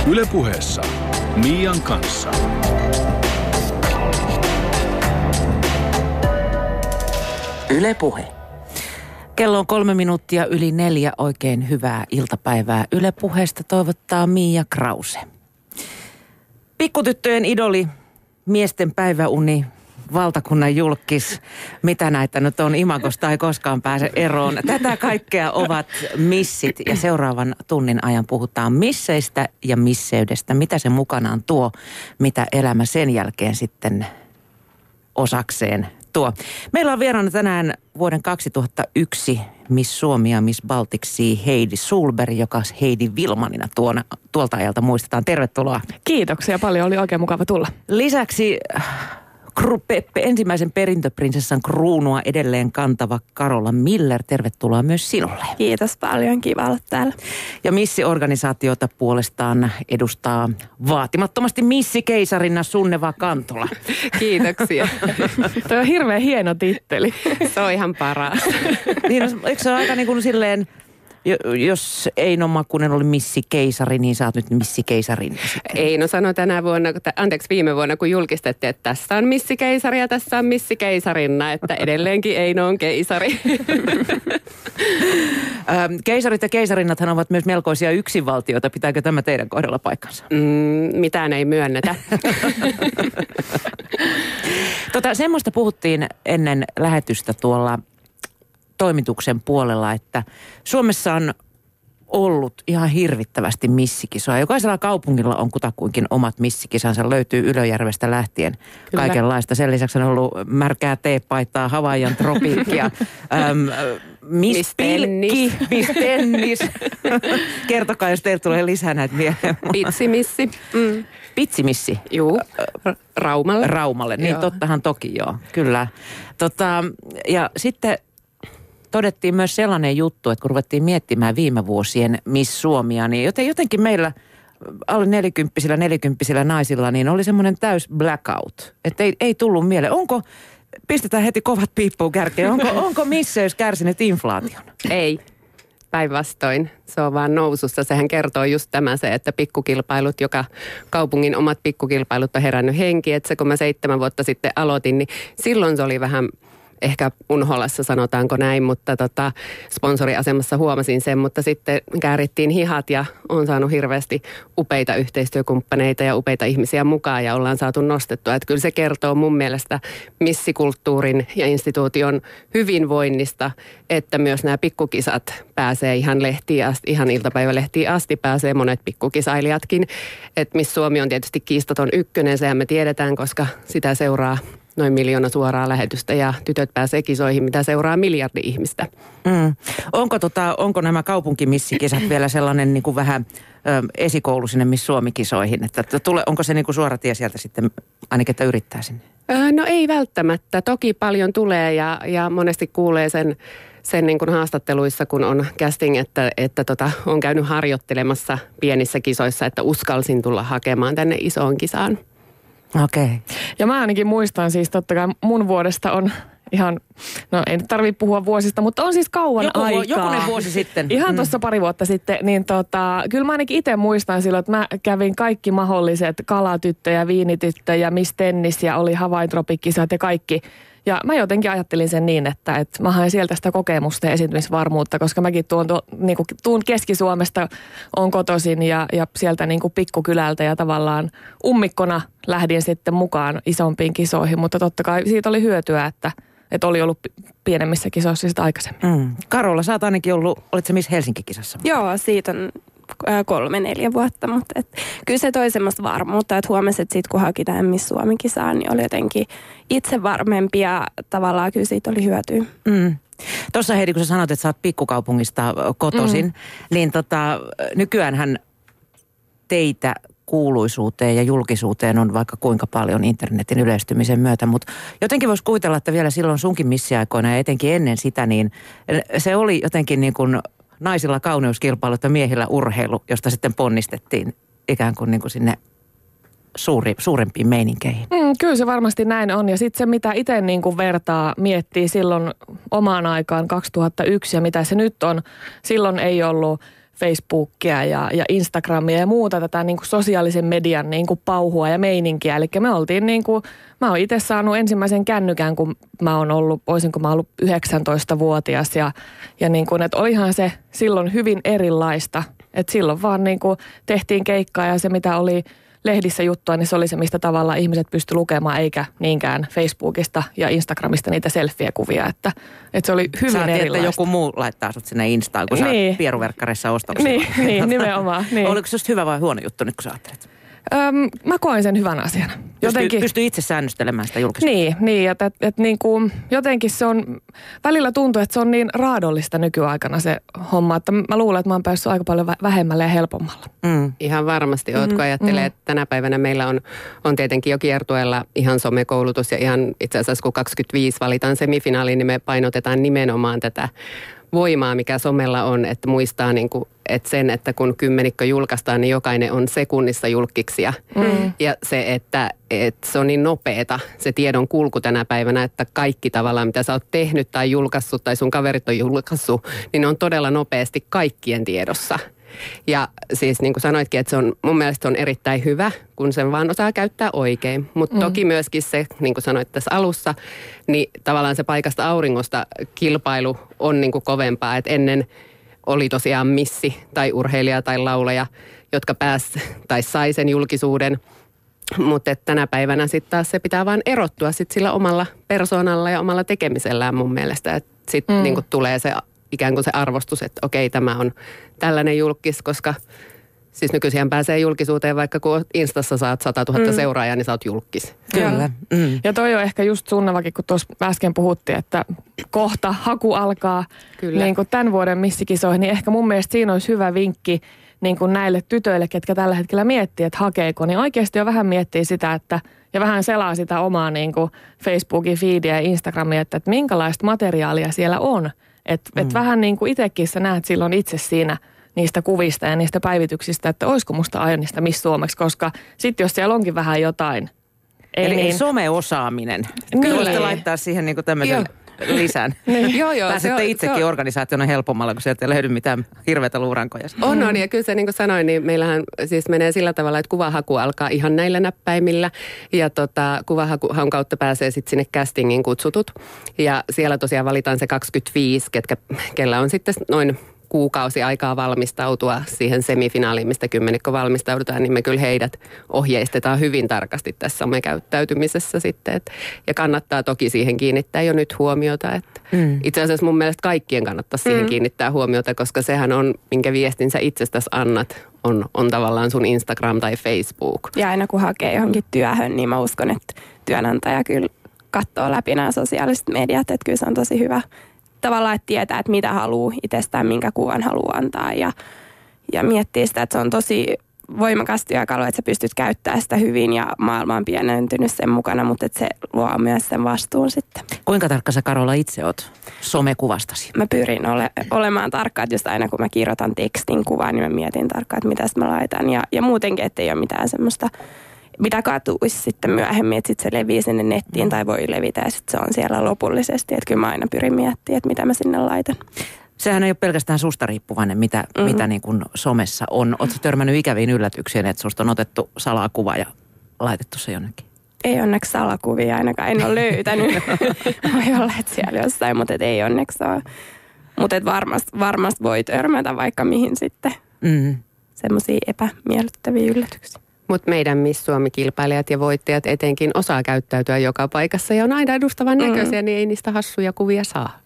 Yle Puheessa Mian kanssa. Yle Puhe. Kello on 3 minuuttia yli 4. Oikein hyvää iltapäivää. Yle Puheesta toivottaa Mia Krause. Pikkutyttöjen idoli, miesten päiväuni, valtakunnan julkkis. Mitä näitä nyt on, imagosta ei koskaan pääse eroon. Tätä kaikkea ovat missit ja seuraavan tunnin ajan puhutaan misseistä ja misseydestä. Mitä se mukanaan tuo, mitä elämä sen jälkeen sitten osakseen tuo. Meillä on vieraana tänään vuoden 2001 Miss Suomi ja Miss Baltic Sea Heidi Sulberg, joka Heidi Vilmanina tuolta ajalta muistetaan. Tervetuloa. Kiitoksia paljon, oli oikein mukava tulla. Lisäksi ensimmäisen perintöprinsessan kruunua edelleen kantava Karola Miller. Tervetuloa myös sinulle. Kiitos paljon, kiva olla täällä. Ja missi-organisaatiota puolestaan edustaa vaatimattomasti missikeisarinna Sunneva Kantola. Kiitoksia. Tuo on hirveän hieno titteli. Se on ihan paras. Niin, eikö se ole aika niin kuin silleen, jos Eino Makkunen oli missikeisari, niin sä oot nyt missikeisarin. Eino sanoi viime vuonna, kun julkistettiin, että tässä on missikeisari ja tässä on missikeisarinna, että edelleenkin Eino on keisari. Keisarit ja keisarinnathan ovat myös melkoisia yksinvaltioita. Pitääkö tämä teidän kohdalla paikkansa? Mitään ei myönnetä. Semmoista puhuttiin ennen lähetystä tuolla toimituksen puolella, että Suomessa on ollut ihan hirvittävästi missikisoja. Jokaisella kaupungilla on kutakuinkin omat missikisansa. Löytyy Ylöjärvestä lähtien kaikenlaista. Sen lisäksi on ollut märkää teepaitaa, Hawaiian tropiikkia, Miss Pilkki, Miss Tennis. Kertokaa, jos teille tulee lisää näitä mieleen. Pitsimissi. Pitsimissi? Juu, Raumalle. Raumalle, niin joo. Tottahan toki joo, kyllä. Ja sitten todettiin myös sellainen juttu, että kun ruvettiin miettimään viime vuosien Miss Suomia, niin jotenkin meillä alle 40 naisilla niin oli semmoinen täys blackout. Että ei tullut mieleen. Pistetään heti kovat piippuun kärkeen, onko misseys kärsinyt inflaation? Ei. Päinvastoin. Se on vaan nousussa. Sehän kertoo just se, että pikkukilpailut, joka kaupungin omat pikkukilpailut on herännyt henki. Että se kun mä 7 vuotta sitten aloitin, niin silloin se oli vähän ehkä unholassa, sanotaanko näin, mutta sponsoriasemassa huomasin sen, mutta sitten käärittiin hihat ja on saanut hirveästi upeita yhteistyökumppaneita ja upeita ihmisiä mukaan ja ollaan saatu nostettua. Että kyllä se kertoo mun mielestä missikulttuurin ja instituution hyvinvoinnista, että myös nämä pikkukisat pääsee ihan lehtiin asti, ihan iltapäivälehtiin asti pääsee monet pikkukisailijatkin. Että Miss Suomi on tietysti kiistaton ykkönen, sehän me tiedetään, koska sitä seuraa noin 1 miljoona suoraa lähetystä ja tytöt pääsee kisoihin, mitä seuraa 1 miljardi ihmistä. Onko nämä kaupunkimissikisat vielä sellainen niin kuin vähän esikoulu sinne Miss Suomi-kisoihin? Että onko se niin kuin suora tie sieltä sitten ainakin, että yrittää sinne? No ei välttämättä. Toki paljon tulee ja monesti kuulee sen niin kuin haastatteluissa, kun on casting, että on käynyt harjoittelemassa pienissä kisoissa, että uskalsin tulla hakemaan tänne isoon kisaan. Okei. Ja mä ainakin muistan siis totta kai mun vuodesta on ihan, no ei nyt tarvitse puhua vuosista, mutta on siis kauan aikaa. Jokunen vuosi sitten. Ihan tuossa pari vuotta sitten, niin kyllä mä ainakin itse muistan silloin, että mä kävin kaikki mahdolliset kalatyttöjä, viinityttöjä, Miss Tennis ja oli Hawaiian tropiikkisat ja kaikki. Ja mä jotenkin ajattelin sen niin, että mä hain sieltä sitä kokemusta ja esiintymisvarmuutta, koska mäkin tuun Keski-Suomesta, on kotoisin ja sieltä niin kuin pikkukylältä ja tavallaan ummikkona lähdin sitten mukaan isompiin kisoihin, mutta totta kai siitä oli hyötyä, että oli ollut pienemmissä kisoissa sitä aikaisemmin. Karola, sä oot ainakin olit se Miss Helsinki-kisassa? Joo, siitä on 3-4 vuotta, mutta kyllä se toi semmoista varmuutta, että huomasin, että sit kun haki tähän Miss Suomi-kisaan, niin oli jotenkin itse varmempi ja tavallaan kyllä siitä oli hyötyä. Tuossa Heidi, kun sä sanoit, että sä oot pikkukaupungista kotoisin, niin nykyäänhän teitä kuuluisuuteen ja julkisuuteen on vaikka kuinka paljon internetin yleistymisen myötä, mutta jotenkin voisi kuvitella, että vielä silloin sunkin missiaikoina ja etenkin ennen sitä, niin se oli jotenkin niin kuin naisilla kauneuskilpailut ja miehillä urheilu, josta sitten ponnistettiin ikään kuin, sinne suurempiin meininkeihin. Kyllä se varmasti näin on. Ja sitten se, mitä itse niin kuin miettii silloin omaan aikaan 2001 ja mitä se nyt on. Silloin ei ollut Facebookia ja Instagramia ja muuta tätä niin kuin sosiaalisen median niin kuin pauhua ja meininkiä. Eli me oltiin niin kuin, mä oon itse saanut ensimmäisen kännykän, kun mä oon ollut, oisinko mä ollut 19-vuotias ja niin kuin, että olihan se silloin hyvin erilaista. Että silloin vaan niin kuin tehtiin keikkaa ja se mitä oli lehdissä juttua, niin se oli se, mistä tavallaan ihmiset pysty lukemaan, eikä niinkään Facebookista ja Instagramista niitä selfie-kuvia, että se oli hyvin erilaista. Että joku muu laittaa sut sinne Instaan, kun sä oot pieruverkkareissa ostoksilla. Niin, nimenomaan. Niin. Oliko se just hyvä vai huono juttu nyt, kun sä ajattelet? Mä koen sen hyvän asiana. Pystyy itse säännöstelemään sitä julkisuutta. Niin että niin kuin, jotenkin se on, välillä tuntuu, että se on niin raadollista nykyaikana se homma, että mä luulen, että mä oon päässyt aika paljon vähemmällä ja helpommalla. Ihan varmasti oot, kun ajattelee, että tänä päivänä meillä on tietenkin jo kiertueella ihan somekoulutus ja ihan itse asiassa kun 25 valitaan semifinaaliin, niin me painotetaan nimenomaan tätä voimaa, mikä somella on, että muistaa niin kuin, että sen, että kun kymmenikkö julkaistaan, niin jokainen on sekunnissa julkkiksia. Ja se, että se on niin nopeeta, se tiedon kulku tänä päivänä, että kaikki tavallaan, mitä sä oot tehnyt tai julkaissut tai sun kaverit on julkaissut, niin ne on todella nopeasti kaikkien tiedossa. Ja siis niin kuin sanoitkin, että se on, mun mielestä on erittäin hyvä, kun sen vaan osaa käyttää oikein. Mutta toki myöskin se, niin kuin sanoit tässä alussa, niin tavallaan se paikasta auringosta kilpailu on niin kuin kovempaa. Että ennen oli tosiaan missi tai urheilija tai laulaja, jotka tai sai sen julkisuuden. Mutta tänä päivänä sitten taas se pitää vaan erottua sit sillä omalla persoonalla ja omalla tekemisellään mun mielestä. Että sitten niin kuin tulee se ikään kuin se arvostus, että okei, tämä on tällainen julkis, koska siis nykyisin pääsee julkisuuteen, vaikka kun Instassa saat 100 000 seuraajaa, niin sä oot julkis. Kyllä. Ja toi on ehkä just Sunnavakin, kun tuossa äsken puhuttiin, että kohta haku alkaa niin kuin tämän vuoden missikisoihin, niin ehkä mun mielestä siinä olisi hyvä vinkki niin kuin näille tytöille, ketkä tällä hetkellä miettii, että hakeeko, niin oikeasti jo vähän miettii sitä, että ja vähän selaa sitä omaa niin kuin Facebookin feedia ja Instagramia, että minkälaista materiaalia siellä on. Että vähän niin kuin itsekin sä näet silloin itse siinä niistä kuvista ja niistä päivityksistä, että olisiko musta aionnista Miss Suomeksi, koska sitten jos siellä onkin vähän jotain. Eli someosaaminen. Kyllä voisitte laittaa siihen niin kuin tämmöisen lisän. Joo. Pääsette itsekin organisaationa helpommalla, kun sieltä ei löydy mitään hirveätä luurankoja. On, ja kyllä se niin kuin sanoin, niin meillähän siis menee sillä tavalla, että kuvahaku alkaa ihan näillä näppäimillä. Ja kuvahaun kautta pääsee sitten sinne castingin kutsutut. Ja siellä tosiaan valitaan se 25, kellä on sitten noin kuukausi aikaa valmistautua siihen semifinaaliin, mistä kymmenikko valmistaudutaan, niin me kyllä heidät ohjeistetaan hyvin tarkasti tässä somekäyttäytymisessä sitten. Ja kannattaa toki siihen kiinnittää jo nyt huomiota. Että itse asiassa mun mielestä kaikkien kannattaa siihen kiinnittää huomiota, koska sehän on, minkä viestin sä itsestäsi annat, on tavallaan sun Instagram tai Facebook. Ja aina kun hakee johonkin työhön, niin mä uskon, että työnantaja kyllä katsoo läpi nämä sosiaaliset mediat, että kyllä se on tosi hyvä tavallaan, että tietää, että mitä haluaa itsestään, minkä kuvan haluaa antaa ja miettii sitä, että se on tosi voimakas työkalu, että sä pystyt käyttämään sitä hyvin ja maailma on pienentynyt sen mukana, mutta että se luo myös sen vastuun sitten. Kuinka tarkka sä, Karola, itse oot somekuvastasi? Mä pyrin olemaan tarkka, että just aina kun mä kirjoitan tekstin kuvaan, niin mä mietin tarkkaan, että mitä mä laitan ja muutenkin, ettei ole mitään semmoista mitä katuisi sitten myöhemmin, että sitten se levii sinne nettiin tai voi levitä ja sitten se on siellä lopullisesti. Että kyllä mä aina pyrin miettimään, että mitä mä sinne laitan. Sehän ei ole pelkästään susta riippuvainen, mitä niin kuin somessa on. Ootko törmännyt ikäviin yllätyksiin, että susta on otettu salakuva ja laitettu se jonnekin? Ei onneksi salakuvia ainakaan, en ole löytänyt. Voi olla, että siellä jossain, mutta ei onneksi ole. Mutta varmasti voi törmätä vaikka mihin sitten. Semmoisia epämiellyttäviä yllätyksiä. Mutta meidän Miss Suomi-kilpailijat ja voittajat etenkin osaa käyttäytyä joka paikassa ja on aina edustavan näköisiä, niin ei niistä hassuja kuvia saa.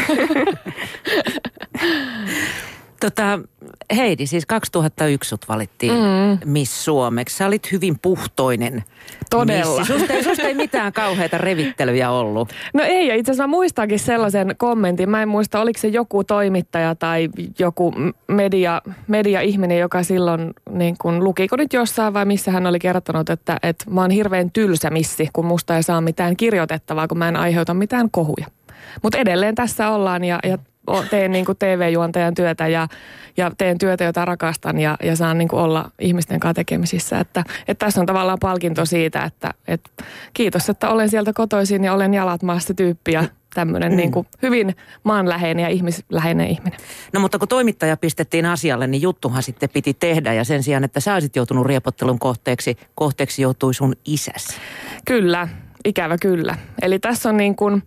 Heidi, siis 2001 sut valittiin Miss Suomeksi. Sä olit hyvin puhtoinen. Todella. Susta ei mitään kauheita revittelyjä ollut. No ei, ja itse asiassa mä muistankin sellaisen kommentin. Mä en muista, oliko se joku toimittaja tai joku media-ihminen, joka silloin niin kun lukiko nyt jossain vai missä hän oli kertonut, että mä oon hirveän tylsä missi, kun musta ei saa mitään kirjoitettavaa, kun mä en aiheuta mitään kohuja. Mutta edelleen tässä ollaan ja teen niin kuin TV-juontajan työtä ja teen työtä, jota rakastan ja saan niin kuin olla ihmisten kanssa tekemisissä. Että tässä on tavallaan palkinto siitä, että kiitos, että olen sieltä kotoisin ja olen jalat maassa tyyppi tämmöinen niin kuin hyvin maanläheinen ja ihmisläheinen ihminen. No mutta kun toimittaja pistettiin asialle, niin juttuhan sitten piti tehdä ja sen sijaan, että sä olisit joutunut riepottelun kohteeksi joutui sun isäsi. Kyllä, ikävä kyllä. Eli tässä on niin kuin,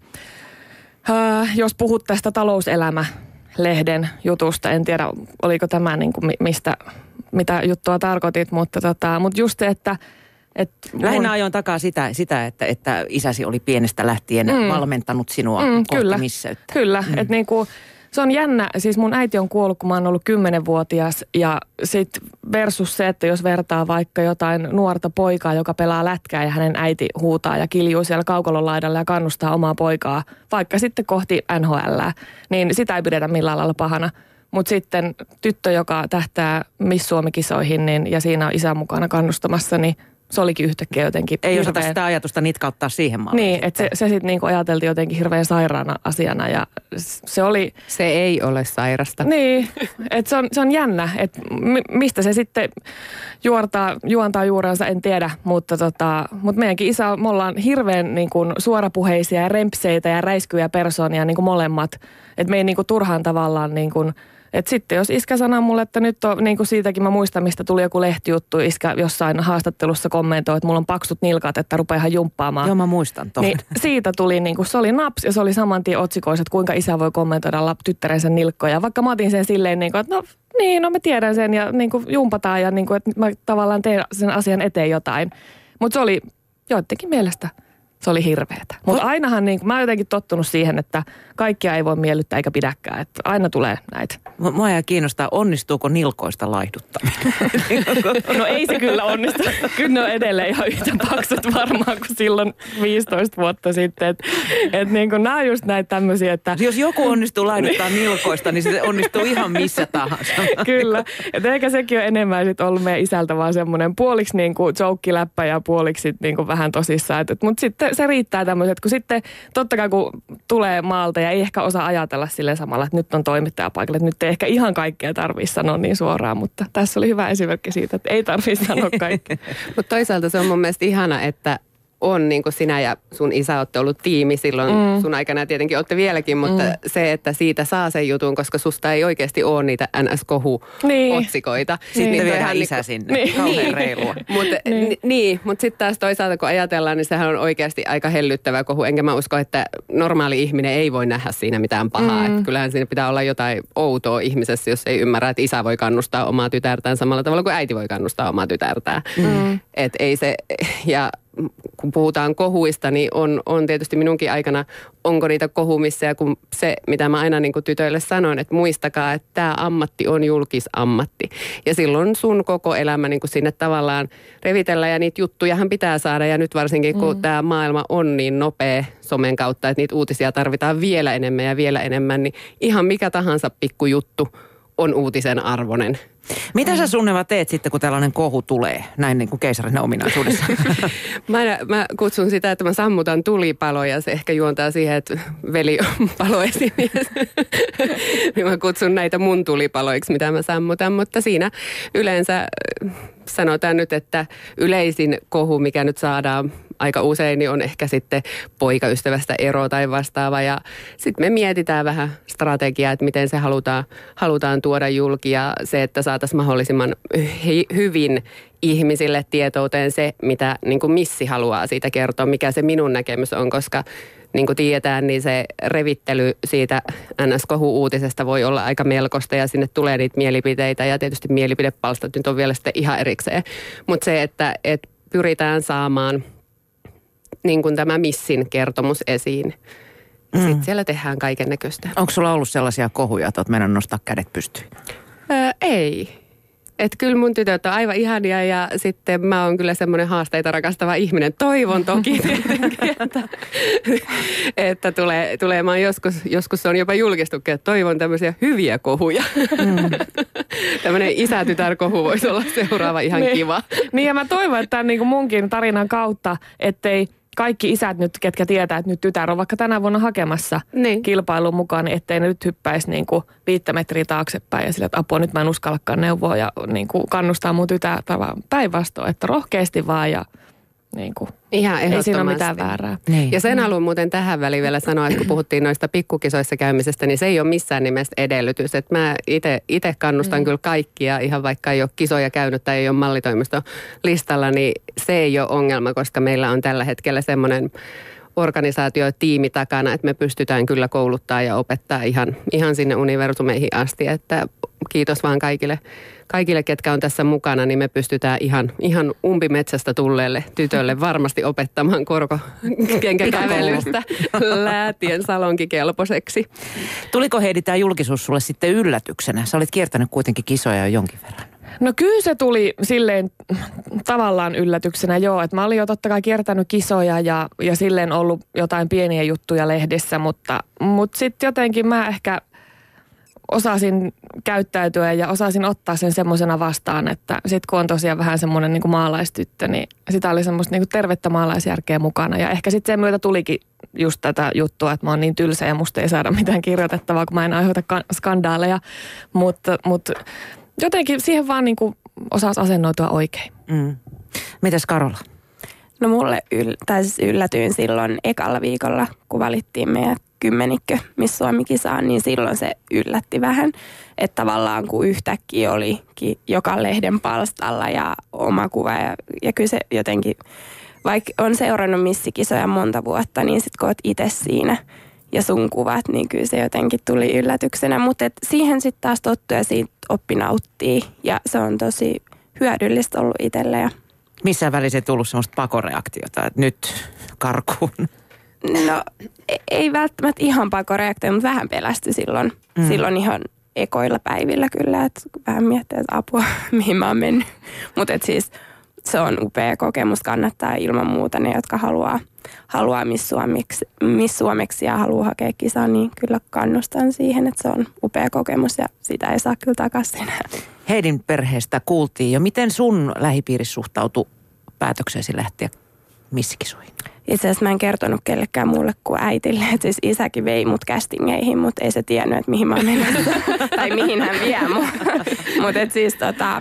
jos puhut tästä Talouselämä-lehden jutusta, en tiedä oliko tämä niin kuin mitä juttua tarkoitit, mutta just se, että lähinnä ajoin takaa sitä että isäsi oli pienestä lähtien valmentanut sinua kohti misseyttä. Kyllä, että niinku, se on jännä. Siis mun äiti on kuollut, kun mä oon ollut 10-vuotias ja sit versus se, että jos vertaa vaikka jotain nuorta poikaa, joka pelaa lätkää ja hänen äiti huutaa ja kiljuu siellä kaukalon laidalla ja kannustaa omaa poikaa, vaikka sitten kohti NHL:ää, niin sitä ei pidetä millään lailla pahana. Mutta sitten tyttö, joka tähtää Miss Suomi-kisoihin niin, ja siinä on isä mukana kannustamassa, niin se olikin yhtäkkiä jotenkin ei osata sitä ajatusta nitkauttaa siihen malliin. Niin, että se sitten niinku ajateltiin jotenkin hirveän sairaana asiana ja se oli... Se ei ole sairasta. Niin, että se on jännä, että mistä se sitten juontaa juurensa, en tiedä, mutta meidänkin isä, me ollaan hirveän niinku suorapuheisia ja rempseitä ja räiskyjä persoonia niinku molemmat, että me ei niinku turhaan tavallaan niinku... Että sitten jos iskä sanoo mulle, että nyt on, niin kuin siitäkin mä muistan, mistä tuli joku lehtijuttu, iskä jossain haastattelussa kommentoi, että mulla on paksut nilkat, että rupeaa ihan jumppaamaan. Joo, mä muistan ton. Niin siitä tuli niin kuin, se oli naps ja se oli saman tien otsikoissa, että kuinka isä voi kommentoida tyttärensä nilkkoja. Vaikka mä otin sen silleen, niin kuin, että no mä tiedän sen ja niin kuin jumpataan ja niin kuin, että mä tavallaan teen sen asian eteen jotain. Mutta se oli joidenkin mielestä. Se oli hirveetä. Mutta ainahan niin, mä oon jotenkin tottunut siihen, että kaikkia ei voi miellyttää eikä pidäkään. Että aina tulee näitä. Mua jää kiinnostaa, onnistuuko nilkoista laihduttaminen? No ei se kyllä onnistu. Kyllä ne on edelleen ihan yhtä paksut varmaan kuin silloin 15 vuotta sitten. Että niin kuin nämä on just näitä tämmöisiä, että... Jos joku onnistuu laihduttaa nilkoista, niin se onnistuu ihan missä tahansa. Kyllä. Että eikä sekin ole enemmän sit ollut meidän isältä vaan semmoinen puoliksi niin kuin joke-läppä ja puoliksi niin kuin vähän tosissaan. Mutta sitten se riittää tämmöiset, kun sitten totta kai kun tulee maalta ja ei ehkä osaa ajatella silleen samalla, että nyt on toimittaja paikalla, että nyt ei ehkä ihan kaikkea tarvitse sanoa niin suoraan, mutta tässä oli hyvä esimerkki siitä, että ei tarvitse sanoa kaikkea. Mutta toisaalta se on mun mielestä ihana, että on niin kuin sinä ja sun isä olette ollut tiimi silloin sun aikana tietenkin olette mutta se, että siitä saa sen jutun, koska susta ei oikeasti ole niitä NS-kohu-otsikoita. Sitten niin viedään isä sinne. Kauhean reilua. Mutta sitten taas toisaalta kun ajatellaan, niin sehän on oikeasti aika hellyttävä kohu. Enkä mä usko, että normaali ihminen ei voi nähdä siinä mitään pahaa. Että kyllähän siinä pitää olla jotain outoa ihmisessä, jos ei ymmärrä, että isä voi kannustaa omaa tytärtään samalla tavalla kuin äiti voi kannustaa omaa tytärtään. Että ei se... Ja kun puhutaan kohuista, niin on tietysti minunkin aikana, onko niitä kohumissa, kun se, mitä mä aina niin kuin tytöille sanon, että muistakaa, että tämä ammatti on julkisammatti. Ja silloin sun koko elämä niin kuin sinne tavallaan revitellä ja niitä juttujahan pitää saada. Ja nyt varsinkin, kun tämä maailma on niin nopea somen kautta, että niitä uutisia tarvitaan vielä enemmän, niin ihan mikä tahansa pikkujuttu on uutisen arvoinen. Mitä sä Sunneva teet sitten, kun tällainen kohu tulee, näin niin kuin keisarin ominaisuudessa? Mä kutsun sitä, että mä sammutan tulipaloja. Se ehkä juontaa siihen, että veli on paloesimies. Niin mä kutsun näitä mun tulipaloiksi, mitä mä sammutan. Mutta siinä yleensä sanotaan nyt, että yleisin kohu, mikä nyt saadaan aika usein, niin on ehkä sitten poikaystävästä ero tai vastaava. Ja sitten me mietitään vähän strategiaa, että miten se halutaan tuoda julki ja se, että saataisiin mahdollisimman hyvin ihmisille tietouteen se, mitä niin kuin missi haluaa siitä kertoa, mikä se minun näkemys on, koska niin kuin tiedetään, niin se revittely siitä NS-kohu-uutisesta voi olla aika melkoista ja sinne tulee niitä mielipiteitä ja tietysti mielipidepalstat nyt on vielä sitten ihan erikseen. Mutta se, että pyritään saamaan niin kuin tämä missin kertomus esiin. Sitten siellä tehdään kaiken näköistä. Onko sulla ollut sellaisia kohuja, että olet mennyt nostaa kädet pystyyn? Ei. Että kyllä mun tytöt on aivan ihania ja sitten mä oon kyllä semmoinen haasteita rakastava ihminen. Toivon toki tietenkin, että tulee. Mä oon joskus on jopa julkistukin, että toivon tämmöisiä hyviä kohuja. Tämmöinen isä-tytär-kohu voisi olla seuraava ihan kiva. Niin ja mä toivon, että tämän niin kuin munkin tarinan kautta, ettei kaikki isät nyt, ketkä tietää, että nyt tytär on vaikka tänä vuonna hakemassa kilpailun mukaan, niin ettei ne nyt hyppäisi niin kuin 5 metriä taaksepäin ja sillä, että apua, nyt mä en uskallakaan neuvoa ja niin kuin kannustaa mun tytär päinvastoin, että rohkeasti vaan ja niin kuin, Ihan ehdottomasti. ei siinä ole mitään väärää. Niin. Ja sen haluan muuten tähän väliin vielä sanoa, että kun puhuttiin noista pikkukisoissa käymisestä, niin se ei ole missään nimessä edellytys. Että mä itse kannustan kyllä kaikkia, ihan vaikka ei ole kisoja käynyt tai ei ole mallitoimiston listalla, niin se ei ole ongelma, koska meillä on tällä hetkellä semmoinen organisaatiotiimi takana, että me pystytään kyllä kouluttaa ja opettaa ihan sinne universumeihin asti, että kiitos vaan kaikille, ketkä on tässä mukana, niin me pystytään ihan umpimetsästä tulleelle tytölle varmasti opettamaan korkokenkäkävelystä lähtien salonkikelpoiseksi. Tuliko Heidi tämä julkisuus sulle sitten yllätyksenä? Sä olit kiertänyt kuitenkin kisoja jo jonkin verran. No kyllä se tuli silleen tavallaan yllätyksenä että mä olin jo totta kai kiertänyt kisoja ja silleen ollut jotain pieniä juttuja lehdissä, mutta sitten jotenkin mä ehkä osasin käyttäytyä ja osasin ottaa sen semmoisena vastaan, että sitten kun on tosiaan vähän semmoinen niin kuin maalaistyttö, niin sitä oli semmoista niin kuin tervettä maalaisjärkeä mukana. Ja ehkä sitten sen myötä tulikin just tätä juttua, että mä oon niin tylsä ja musta ei saada mitään kirjoitettavaa, kun mä en aiheuta skandaaleja. Mutta jotenkin siihen vaan niin kuin osasi asennoitua oikein. Mitäs Karola? No mulle yllätyin silloin ekalla viikolla, kun valittiin meidän 10 Miss Suomi-kisaan, niin silloin se yllätti vähän. Että tavallaan kun yhtäkkiä oli joka lehden palstalla ja oma kuva ja kyllä se jotenkin, vaikka on seurannut missikisoja monta vuotta, niin sitten kun oot itse siinä ja sun kuvat, niin kyllä se jotenkin tuli yllätyksenä. Mutta siihen sitten taas tottui ja siitä oppi nauttii ja se on tosi hyödyllistä ollut itselle. Ja missään välissä ei tullut semmoista pakoreaktiota, että nyt karkuun? No ei välttämättä ihan pakoreaktio, mutta vähän pelästyi silloin ihan ekoilla päivillä kyllä, että vähän miettii, että apua, mihin mä oon mennyt. Mutta siis se on upea kokemus, kannattaa ilman muuta ne, jotka haluaa Miss Suomeksi ja haluaa hakea kisaa, niin kyllä kannustan siihen, että se on upea kokemus ja sitä ei saa kyllä takaisin enää. Heidin perheestä kuultiin jo. Miten sun lähipiirissä suhtautui päätökseesi lähteä missikisoihin? Itse asiassa mä en kertonut kellekään muulle kuin äitille. Että siis isäkin vei mut castingeihin, mutta ei se tiennyt, että mihin mä oon mennyt tai mihin hän vie mut. Mutta siis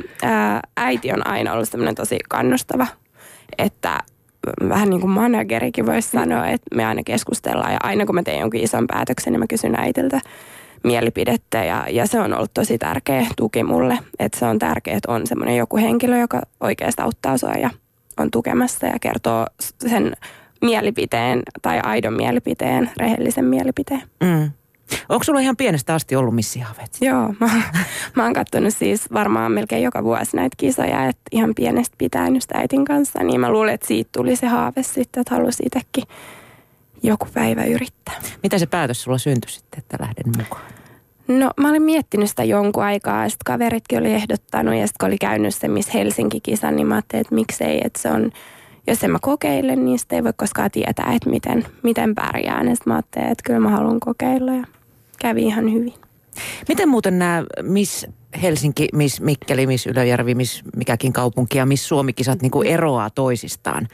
äiti on aina ollut semmoinen tosi kannustava, että vähän niin kuin managerikin voisi sanoa, että me aina keskustellaan ja aina kun mä teen jonkin ison päätöksen, niin mä kysyn äitiltä mielipidettä ja se on ollut tosi tärkeä tuki mulle. Että se on tärkeää, että on semmoinen joku henkilö, joka oikeasti auttaa sua ja on tukemassa ja kertoo sen mielipiteen tai aidon mielipiteen, rehellisen mielipiteen. Onko sulla ihan pienestä asti ollut missihaaveet? Joo, mä oon katsonut siis varmaan melkein joka vuosi näitä kisoja, että ihan pienestä pitäen just äitin kanssa, niin mä luulen, että siitä tuli se haave sitten, että halusi itsekin joku päivä yrittää. Mitä se päätös sulla syntyi sitten, että lähden mukaan? No mä olin miettinyt sitä jonkun aikaa ja sitten kaveritkin oli ehdottanut ja sitten kun oli käynyt se Miss Helsinki-kisan, niin mä ajattelin, että miksei, että se on, jos en mä kokeile, niin sitten ei voi koskaan tietää, että miten pärjään. Ja sitten mä ajattelin, että kyllä mä haluan kokeilla ja kävi ihan hyvin. Miten muuten nämä Miss Helsinki, Miss Mikkeli, Miss Ylöjärvi, Miss mikäkin kaupunki ja Miss Suomi-kisat niin kuin eroaa toisistaan?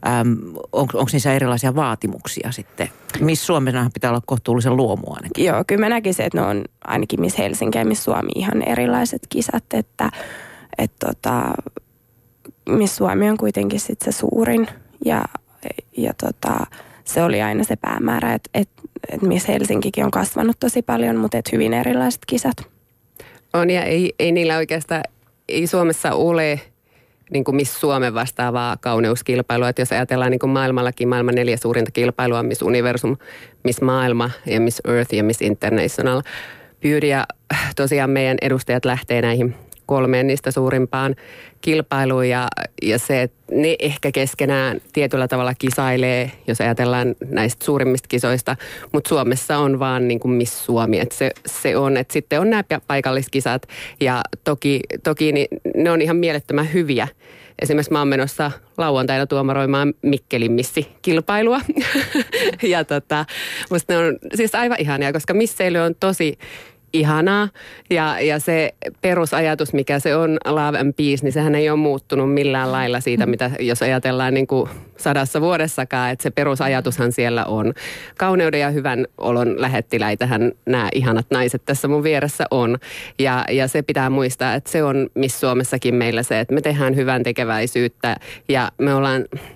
Onko niissä erilaisia vaatimuksia sitten? Miss Suomessahan pitää olla kohtuullisen luomua ainakin. Joo, kyllä mä näkisin, että ne on ainakin Miss Helsinki ja Miss Suomi ihan erilaiset kisat, että Miss Suomi on kuitenkin sitten se suurin ja se oli aina se päämäärä, että Miss Helsinkikin on kasvanut tosi paljon, mutta hyvin erilaiset kisat. On ja ei niillä oikeastaan, ei Suomessa ole niin kuin Miss Suomen vastaavaa kauneuskilpailua. Että jos ajatellaan niin kuin maailmallakin maailman 4 suurinta kilpailua, Miss Universum, Miss Maailma ja Miss Earth ja Miss International Beauty. Ja tosiaan meidän edustajat lähtee näihin 3 niistä suurimpaan kilpailuun ja se, että ne ehkä keskenään tietyllä tavalla kisailee, jos ajatellaan näistä suurimmista kisoista, mutta Suomessa on vaan niin kuin Miss Suomi, että se on, että sitten on nämä paikalliskisat ja toki niin ne on ihan mielettömän hyviä. Esimerkiksi mä oon menossa lauantaina tuomaroimaan Mikkelin missikilpailua ja musta ne on siis aivan ihania, koska misseily on tosi ihanaa ja se perusajatus, mikä se on Love and Peace, niin sehän ei ole muuttunut millään lailla siitä, mitä jos ajatellaan niin kuin 100 vuodessakaan, että se perusajatushan siellä on. Kauneuden ja hyvän olon lähettiläitähän nämä ihanat naiset tässä mun vieressä on ja se pitää muistaa, että se on Miss Suomessakin meillä se, että me tehdään hyvän tekeväisyyttä ja me ollaan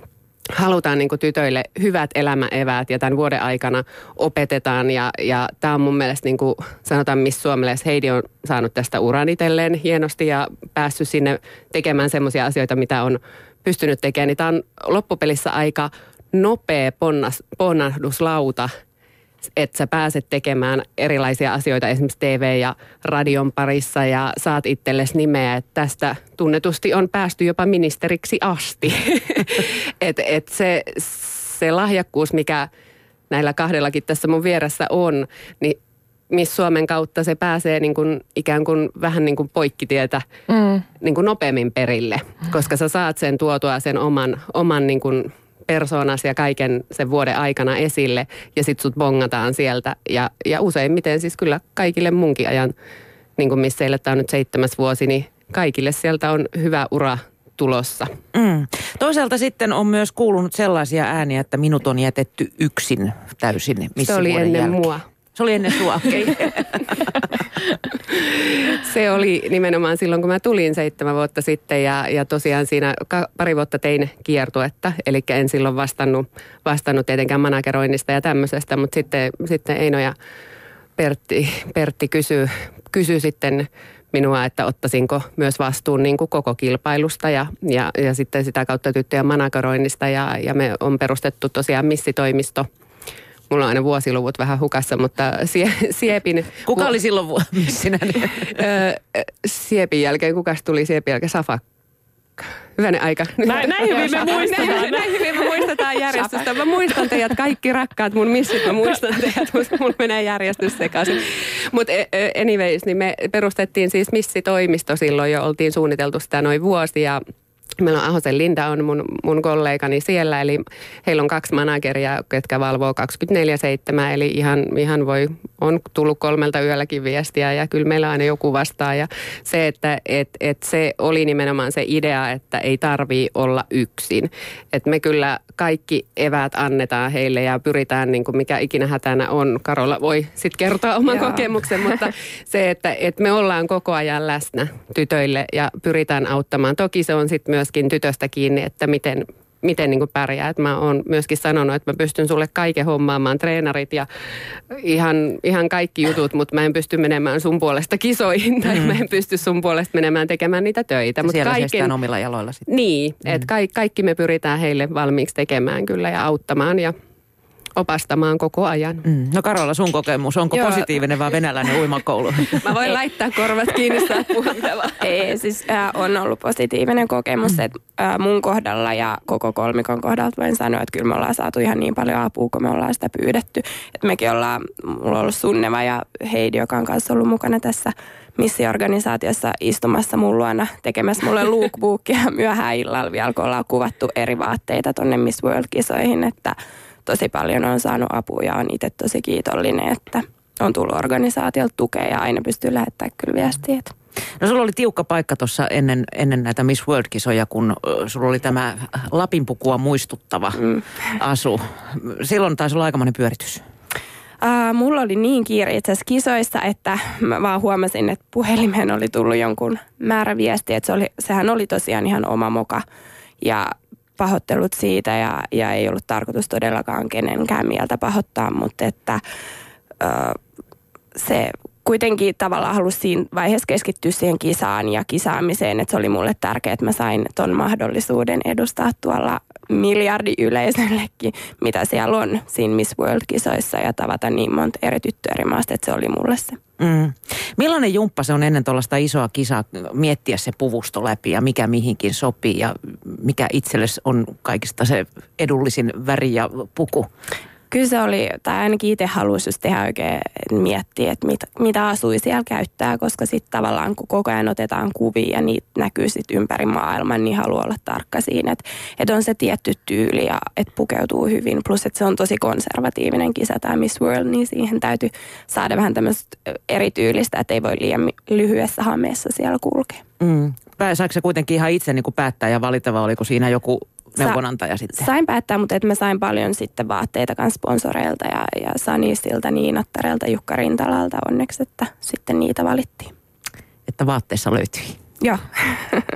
halutaan niin kuin tytöille hyvät elämäeväät ja tämän vuoden aikana opetetaan. Ja tämä on mun mielestä, niin kuin sanotaan Miss Suomalaisessa, Heidi on saanut tästä uran itselleen hienosti ja päässyt sinne tekemään semmoisia asioita, mitä on pystynyt tekemään. Niin tämä on loppupelissä aika nopea ponnahduslauta, että sä pääset tekemään erilaisia asioita esimerkiksi TV- ja radion parissa ja saat itsellesi nimeä, että tästä tunnetusti on päästy jopa ministeriksi asti. et se lahjakkuus, mikä näillä kahdellakin tässä mun vieressä on, niin Miss Suomen kautta se pääsee niin kuin ikään kuin vähän niin kuin poikkitietä niin kuin nopeammin perille, koska sä saat sen tuotua sen oman niin kuin persoonas ja kaiken sen vuoden aikana esille ja sit sut bongataan sieltä. Ja useimmiten siis kyllä kaikille munkin ajan, niin kuin misseille tämä on nyt 7. vuosi, niin kaikille sieltä on hyvä ura tulossa. Toisaalta sitten on myös kuulunut sellaisia ääniä, että minut on jätetty yksin täysin missivuoden Se oli ennen jälkeen. mua. Se oli ennen sua, okei. Okay. Se oli nimenomaan silloin, kun mä tulin 7 vuotta sitten ja tosiaan siinä pari vuotta tein kiertuetta. Eli en silloin vastannut tietenkään manageroinnista ja tämmöisestä, mutta sitten Eino ja Pertti kysyi sitten minua, että ottaisinko myös vastuun niin kuin koko kilpailusta ja sitten sitä kautta tyttöjen manageroinnista ja me on perustettu tosiaan missitoimisto. Mulla on aina vuosiluvut vähän hukassa, mutta Siepin... Kuka oli silloin missinä? Siepin jälkeen, kukas tuli Siepin jälkeen? Safak. Hyvänen aika. Näin hyvin me muistetaan. Näin hyvin me muistetaan järjestystä. Mä muistan teidät kaikki rakkaat mun missit. Mä muistan teidät, mutta mulla menee järjestys sekaisin. Mutta anyways, niin me perustettiin siis missitoimisto silloin jo. Oltiin suunniteltu sitä noin vuosi ja meillä on Ahosen Linda on mun kollegani siellä, eli heillä on 2 manageria, ketkä valvoo 24/7, eli ihan on tullut 3 yölläkin viestiä ja kyllä meillä aina joku vastaa. Ja se, että se oli nimenomaan se idea, että ei tarvii olla yksin. Että me kyllä kaikki eväät annetaan heille ja pyritään, niin kuin mikä ikinä hätänä on. Karola voi sitten kertoa oman kokemuksen, mutta se, että me ollaan koko ajan läsnä tytöille ja pyritään auttamaan. Toki se on sitten myöskin tytöstä kiinni, että miten niin kuin pärjää. Että mä oon myöskin sanonut, että mä pystyn sulle kaiken hommaamaan, treenarit ja ihan kaikki jutut, mutta mä en pysty menemään sun puolesta kisoihin tai mä en pysty sun puolesta menemään tekemään niitä töitä. Siellä seistään omilla jaloilla sitten. Niin, että kaikki me pyritään heille valmiiksi tekemään kyllä ja auttamaan ja opastamaan koko ajan. No Karola, sun kokemus, onko positiivinen vai venäläinen uimakoulu? Mä voin laittaa korvat kiinni, saat puhua mitä vaan. Ei, siis on ollut positiivinen kokemus, että mun kohdalla ja koko kolmikon kohdalta voin sanoa, että kyllä me ollaan saatu ihan niin paljon apua, kun me ollaan sitä pyydetty. Että mekin mulla on ollut Sunneva ja Heidi, joka on kanssa ollut mukana tässä missiorganisaatiossa istumassa mun luona tekemässä mulle lookbookia myöhään illalla vielä, kun ollaan kuvattu eri vaatteita tonne Miss World-kisoihin, että tosi paljon on saanut apua ja on itse tosi kiitollinen, että on tullut organisaatiolta tukea ja aina pystyy lähettämään kyllä viestiä. No sulla oli tiukka paikka tuossa ennen näitä Miss World-kisoja, kun sulla oli tämä lapinpukua muistuttava asu. Silloin taisi olla aikamoinen pyöritys. Mulla oli niin kiire itse asiassa kisoista, että mä vaan huomasin, että puhelimeen oli tullut jonkun määrä viestiä, että sehän oli tosiaan ihan oma moka ja pahoittelut siitä ja ei ollut tarkoitus todellakaan kenenkään mieltä pahoittaa, mutta että se kuitenkin tavallaan halusi siinä vaiheessa keskittyä siihen kisaan ja kisaamiseen, että se oli mulle tärkeää, että mä sain ton mahdollisuuden edustaa tuolla miljardiyleisöllekin, mitä siellä on siinä Miss World-kisoissa ja tavata niin monta eri tyttöä eri maasta, että se oli mulle se. Millainen jumppa se on ennen tuollaista isoa kisaa miettiä se puvusto läpi ja mikä mihinkin sopii ja mikä itsellesi on kaikista se edullisin väri ja puku? Kyllä se oli, tai ainakin itse halusi just tehdä oikein miettiä, että mitä asuja siellä käyttää, koska sitten tavallaan kun koko ajan otetaan kuvia ja niitä näkyy sitten ympäri maailman, niin haluaa olla tarkka siinä, että on se tietty tyyli ja että pukeutuu hyvin. Plus, että se on tosi konservatiivinen kisa tämä Miss World, niin siihen täytyy saada vähän tämmöistä erityylistä, että ei voi liian lyhyessä hameessa siellä kulkea. Saiko se kuitenkin ihan itse niin kuin päättää ja valita, vai oliko siinä joku neuvonantaja sitten? Sain päättää, mutta että mä sain paljon sitten vaatteita myös sponsoreilta ja Sanistilta, Niinattarelta, Jukka Rintalalta onneksi, että sitten niitä valittiin. Että vaatteessa löytyi. Joo.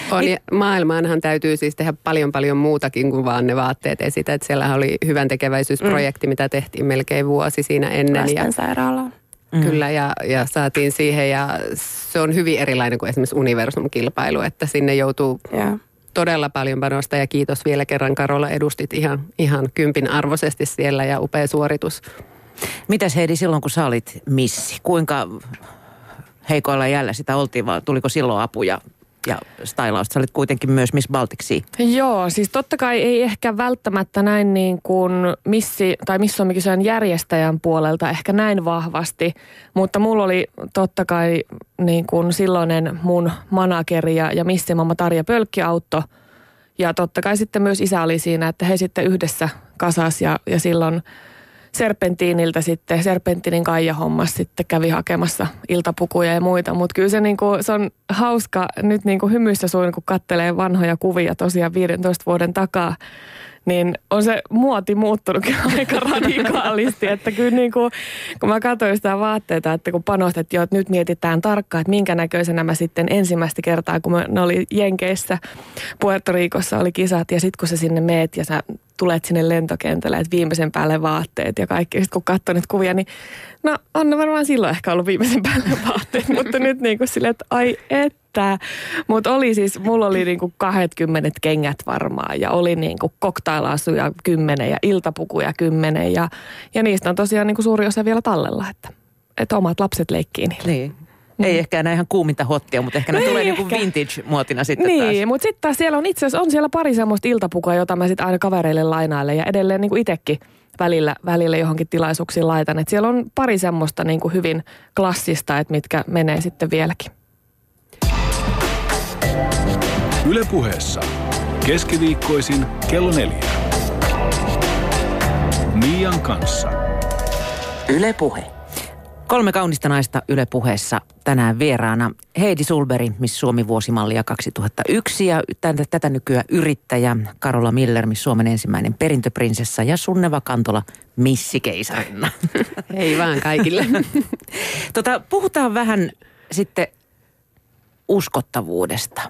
On, ja maailmaanhan täytyy siis tehdä paljon muutakin kuin vaan ne vaatteet esitä. Että siellähän oli hyvän tekeväisyysprojekti, mitä tehtiin melkein vuosi siinä ennen. Lastensairaalaa. Kyllä, ja saatiin siihen, ja se on hyvin erilainen kuin esimerkiksi Universum-kilpailu, että sinne joutuu todella paljon panosta, ja kiitos vielä kerran Karola, edustit ihan 10 arvoisesti siellä, ja upea suoritus. Mitäs Heidi silloin, kun sä olit missi? Kuinka heikoilla jäljellä sitä oltiin, vai tuliko silloin apuja ja stylausta? Sä olit kuitenkin myös Miss Baltic Sea. Joo, siis totta kai ei ehkä välttämättä näin niin kuin missi tai Miss Suomi-kisojen järjestäjän puolelta ehkä näin vahvasti, mutta mulla oli totta kai niin kuin silloinen mun manageri ja missimamma Tarja Pölkki auttoi. Ja totta kai sitten myös isä oli siinä, että he sitten yhdessä kasas ja silloin Serpentinin Kaija hommas sitten kävi hakemassa iltapukuja ja muita. Mutta kyllä se on hauska nyt hymyssä suin, kun katselee vanhoja kuvia tosiaan 15 vuoden takaa. Niin on se muoti muuttunutkin aika radikaalisti, että kyllä kun mä katsoin sitä vaatteita, että kun panostettiin, että nyt mietitään tarkkaan, että minkä näköisenä mä sitten ensimmäistä kertaa, kun ne oli Jenkeissä, Puerto Ricossa oli kisat ja sitten kun sä sinne meet ja sä tulet sinne lentokentälle, että viimeisen päälle vaatteet ja kaikki. Sitten kun katsoin nyt kuvia, niin no on ne varmaan silloin ehkä ollut viimeisen päälle vaatteet, mutta nyt silleen, että ai että. Mutta oli siis, mulla oli 20 kengät varmaan ja oli cocktailasuja 10 ja iltapukuja 10 ja niistä on tosiaan suuri osa vielä tallella, että omat lapset leikkii niillä. Niin. Ei ehkä enää ihan kuuminta hottia, mutta ehkä ne tulee vintage-muotina sitten taas. Niin, mutta sitten taas siellä on itse asiassa on siellä pari semmoista iltapukua, jota mä sitten aina kavereille lainailen ja edelleen itsekin välillä johonkin tilaisuuksiin laitan. Et siellä on pari semmoista hyvin klassista, että mitkä menee sitten vieläkin. Yle Puheessa. Keskiviikkoisin kello 4. Mian kanssa. Yle Puhe. 3 kaunista naista Yle Puheessa tänään vieraana. Heidi Sulberg, Miss Suomi vuosimallia 2001 ja tätä nykyään yrittäjä. Karola Miller, Miss Suomen ensimmäinen perintöprinsessa ja Sunneva Kantola, missikeisarina. Hei vaan kaikille. Puhutaan vähän sitten uskottavuudesta.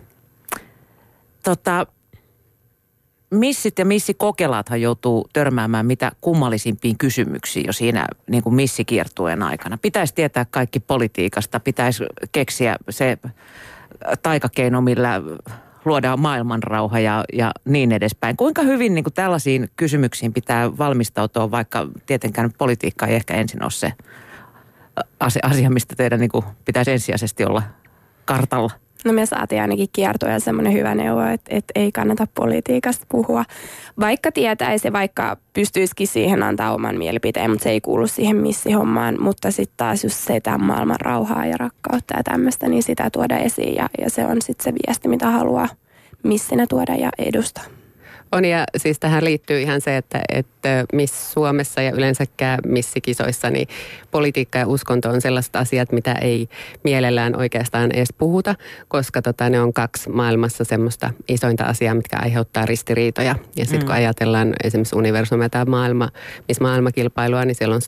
Missit ja missikokelaathan joutuu törmäämään mitä kummallisimpiin kysymyksiin jo siinä missikiertueen aikana. Pitäisi tietää kaikki politiikasta, pitäisi keksiä se taikakeino, millä luodaan maailmanrauha ja niin edespäin. Kuinka hyvin tällaisiin kysymyksiin pitää valmistautua, vaikka tietenkään politiikka ei ehkä ensin ole se asia, mistä teidän pitäisi ensisijaisesti olla kartalla? No me saatiin ainakin kiertueella semmoinen hyvä neuvo, että ei kannata politiikasta puhua. Vaikka tietäisi, vaikka pystyisikin siihen antaa oman mielipiteen, mutta se ei kuulu siihen missihommaan. Mutta sitten taas just se maailman rauhaa ja rakkautta ja tämmöistä, niin sitä tuoda esiin. Ja se on sitten se viesti, mitä haluaa missinä tuoda ja edustaa. On, ja siis tähän liittyy ihan se, että Miss Suomessa ja yleensäkään missikisoissa, niin politiikka ja uskonto on sellaiset asiat, mitä ei mielellään oikeastaan edes puhuta, koska ne on 2 maailmassa semmoista isointa asiaa, mitkä aiheuttaa ristiriitoja. Ja sitten kun ajatellaan esimerkiksi Universumia tai Miss maailmakilpailua, niin siellä on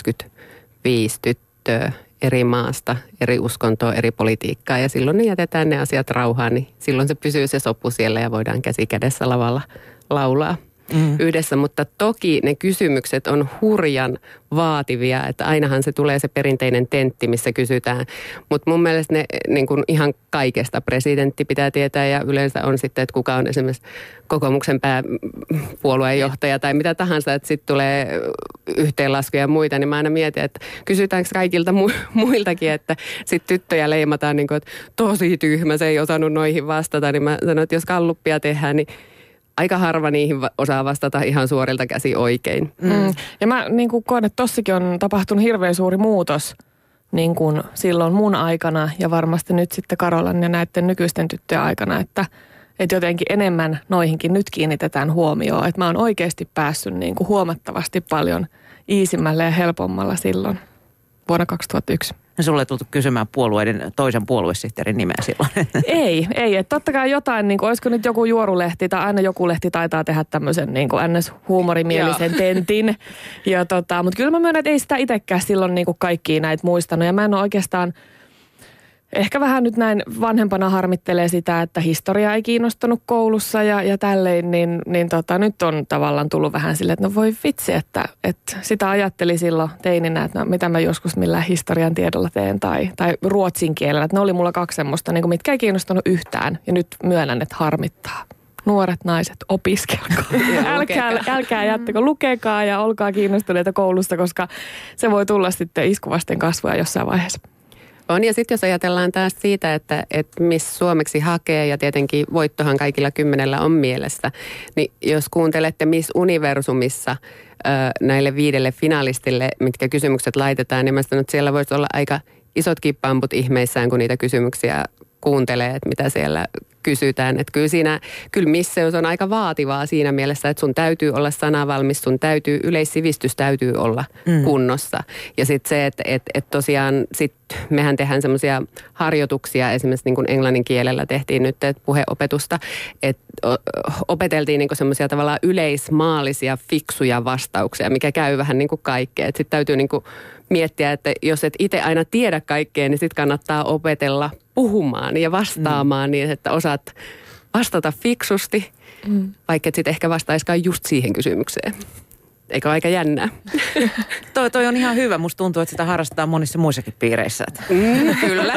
125 tyttöä eri maasta, eri uskontoa, eri politiikkaa, ja silloin ne jätetään ne asiat rauhaan, niin silloin se pysyy se sopu siellä ja voidaan käsi kädessä lavalla laulaa yhdessä. Mutta toki ne kysymykset on hurjan vaativia, että ainahan se tulee se perinteinen tentti, missä kysytään. Mutta mun mielestä ne ihan kaikesta presidentti pitää tietää, ja yleensä on sitten, että kuka on esimerkiksi kokoomuksen pääpuolueenjohtaja tai mitä tahansa, että sitten tulee yhteenlaskuja ja muita, niin mä aina mietin, että kysytäänkö kaikilta muiltakin, että sitten tyttöjä leimataan että tosi tyhmä, se ei osannut noihin vastata, niin mä sanoin, että jos galluppia tehdään, niin aika harva niihin osaa vastata ihan suorilta käsi oikein. Ja mä koen, että tossakin on tapahtunut hirveän suuri muutos silloin mun aikana ja varmasti nyt sitten Karolan ja näiden nykyisten tyttöjen aikana, että jotenkin enemmän noihinkin nyt kiinnitetään huomioon. Että mä oon oikeasti päässyt huomattavasti paljon iisimmällä ja helpommalla silloin vuonna 2001. Sulle ei tultu kysymään toisen puoluesihteerin nimeä silloin. Ei. Että totta kai jotain, olisiko nyt joku juorulehti tai aina joku lehti taitaa tehdä tämmöisen NS-huumorimielisen tentin. Mutta kyllä mä myönnän, että ei sitä itsekään silloin kaikkia näitä muistanut. Ja mä en ole oikeastaan ehkä vähän nyt näin vanhempana harmittelee sitä, että historia ei kiinnostanut koulussa ja tälleen, niin nyt on tavallaan tullut vähän silleen, että no voi vitsi, että sitä ajatteli silloin teininä, että no, mitä mä joskus millään historian tiedolla teen tai ruotsin kielellä. Että ne oli mulla 2 semmoista, niin kuin mitkä ei kiinnostanut yhtään ja nyt myönnän, että harmittaa. Nuoret naiset, opiskelkaa. älkää jättäkö, lukekaa ja olkaa kiinnostuneita koulusta, koska se voi tulla sitten iskuvasten kasvua jossain vaiheessa. On, ja sitten jos ajatellaan taas siitä, että missä suomeksi hakee, ja tietenkin voittohan kaikilla 10 on mielessä, niin jos kuuntelette Miss Universumissa näille 5 finalistille, mitkä kysymykset laitetaan, niin mä sanon, että siellä voisi olla aika isotkin pamput ihmeissään, kun niitä kysymyksiä kuuntelee, että mitä siellä kysytään. Että kyllä misseys on aika vaativaa siinä mielessä, että sun täytyy olla sanavalmis, sun yleissivistys täytyy olla kunnossa. Ja sitten se, että tosiaan mehän tehdään semmoisia harjoituksia, esimerkiksi niin kuin englannin kielellä tehtiin nyt puheopetusta, että opeteltiin niin kuin semmoisia tavallaan yleismaallisia, fiksuja vastauksia, mikä käy vähän niin kuin kaikkea. Sitten täytyy niin kuin miettiä, että jos et itse aina tiedä kaikkea, niin sitten kannattaa opetella puhumaan ja vastaamaan niin, että osaat vastata fiksusti, vaikka et sitten ehkä vastaiskaan just siihen kysymykseen. Eikö aika jännää? Toi on ihan hyvä. Musta tuntuu, että sitä harrastetaan monissa muissakin piireissä. Kyllä.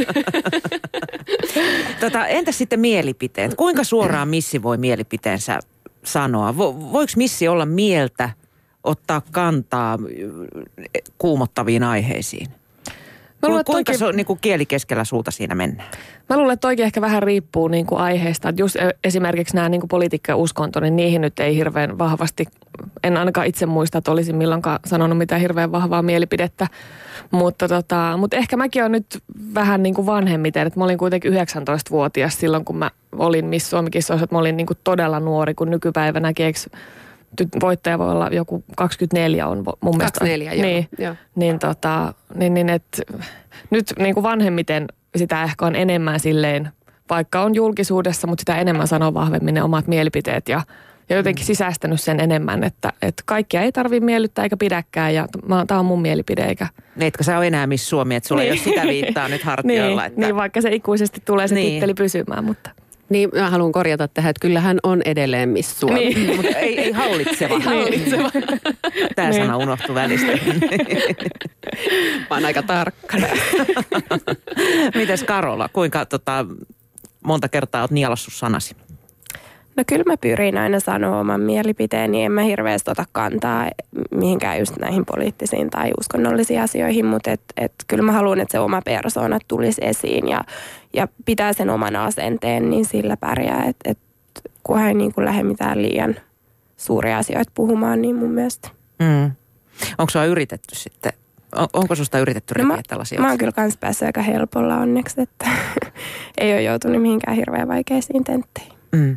Entäs sitten mielipiteet? Kuinka suoraan missi voi mielipiteensä sanoa? Voiko missi olla mieltä, ottaa kantaa kuumottaviin aiheisiin? Kuinka se on niin kuin kieli keskellä suuta siinä mennään? Mä luulen, että toikin ehkä vähän riippuu niin kuin aiheesta. Just esimerkiksi nämä niin kuin politiikka ja uskonto, niin niihin nyt ei hirveän vahvasti, en ainakaan itse muista, että olisin milloinkaan sanonut mitään hirveän vahvaa mielipidettä. Mutta ehkä mäkin olen nyt vähän niin kuin vanhemmiten, että mä olin kuitenkin 19-vuotias silloin, kun mä olin Miss Suomi-kisoissa, että mä olin niin kuin todella nuori, kun nykypäivänäkin, eikö voittaja voi olla joku 24 on mun mielestä. 24, joo. Niin, että nyt niin kuin vanhemmiten sitä ehkä on enemmän silleen, vaikka on julkisuudessa, mutta sitä enemmän sanoo vahvemmin ne omat mielipiteet ja jotenkin sisäistänyt sen enemmän, että kaikkia ei tarvitse miellyttää eikä pidäkään ja tämä on mun mielipide eikä. Etkö sä ole enää Miss Suomi, että sulla ei ole sitä viittaa nyt hartioilla? Niin, vaikka se ikuisesti tulee se titteli pysymään, mutta. Niin, mä haluan korjata tähän, että kyllähän on edelleen Miss Suomi. Niin, mutta ei hallitseva. Tämä sana unohtui välistä. Mä oon aika tarkkana. Mites Karola, kuinka monta kertaa oot nielassut sanasi? No kyllä mä pyrin aina sanoa oman mielipiteeni. En mä hirveästi ota kantaa mihinkään just näihin poliittisiin tai uskonnollisiin asioihin, mutta kyllä mä haluan, että se oma persoona tulisi esiin ja pitää sen oman asenteen, niin sillä pärjää. Kunhan ei niin kuin lähde mitään liian suuria asioita puhumaan, niin mun mielestä. Onko sua yritetty sitten? Onko susta yritetty repiä tällaisia? Mä oon kyllä kans päässyt aika helpolla onneksi, että ei ole joutunut mihinkään hirveän vaikeisiin tentteihin.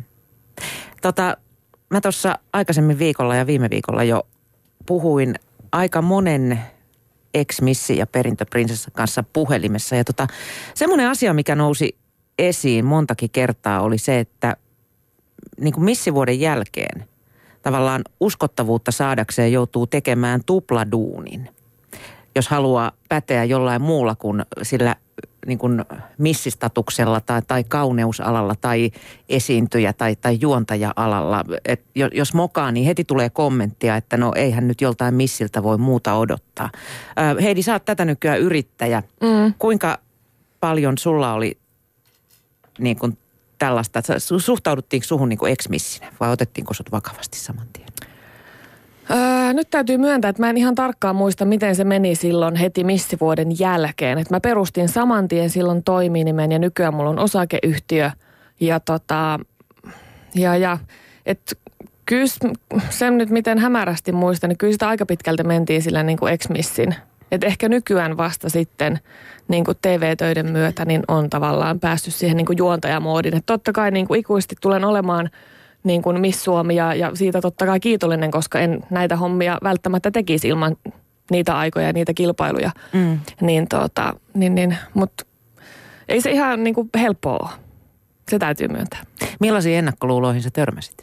Mä tuossa aikaisemmin viikolla ja viime viikolla jo puhuin aika monen ex-missi ja perintöprinsessan kanssa puhelimessa. Ja semmoinen asia, mikä nousi esiin montakin kertaa oli se, että niin kuin missivuoden jälkeen tavallaan uskottavuutta saadakseen joutuu tekemään tupladuunin, jos haluaa päteä jollain muulla kuin sillä niin kuin missistatuksella tai kauneusalalla tai esiintyjä tai juontaja-alalla. Et jos mokaa, niin heti tulee kommenttia, että no eihän nyt joltain missiltä voi muuta odottaa. Heidi, sä oot tätä nykyään yrittäjä. Kuinka paljon sulla oli niin kuin tällaista, että suhtauduttiinko suhun niin kuin ex-missinä vai otettiinko sut vakavasti saman tien? Nyt täytyy myöntää, että mä en ihan tarkkaan muista, miten se meni silloin heti missivuoden jälkeen. Että mä perustin saman tien silloin toiminimen ja nykyään mulla on osakeyhtiö. Ja että kyllä sen nyt miten hämärästi muistan, niin kyllä sitä aika pitkältä mentiin sillä niin kuin ex-missin. Että ehkä nykyään vasta sitten niin kuin TV-töiden myötä niin on tavallaan päässyt siihen niin kuin juontajamoodin. Että totta kai niin kuin ikuisesti tulen olemaan niin kuin Miss Suomi ja siitä totta kai kiitollinen, koska en näitä hommia välttämättä tekisi ilman niitä aikoja ja niitä kilpailuja. Mutta ei se ihan niin kuin helppoa ole. Se täytyy myöntää. Millaisiin ennakkoluuloihin sä törmäsit?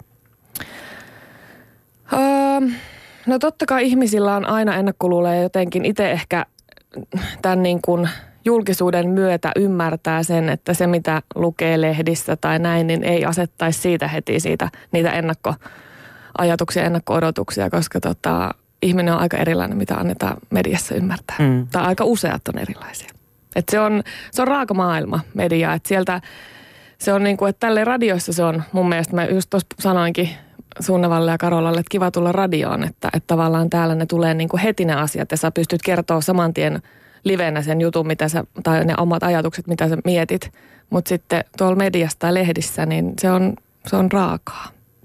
No totta kai ihmisillä on aina ennakkoluuloja jotenkin itse ehkä tämän niin kuin julkisuuden myötä ymmärtää sen, että se mitä lukee lehdissä tai näin, niin ei asettaisi siitä heti niitä ennakkoajatuksia, ennakko-odotuksia, koska ihminen on aika erilainen, mitä annetaan mediassa ymmärtää. Tai aika useat on erilaisia. Että se on raaka maailma, media. Että sieltä se on niin kuin, että tälleen radioissa se on mun mielestä, mä just tuossa sanoinkin Sunnevalle ja Karolalle, että kiva tulla radioon, että tavallaan täällä ne tulee niin kuin heti ne asiat ja sä pystyt kertoa saman tien livenä sen jutun, tai ne omat ajatukset, mitä sä mietit. Mutta sitten tuolla mediassa tai lehdissä, niin se on raakaa.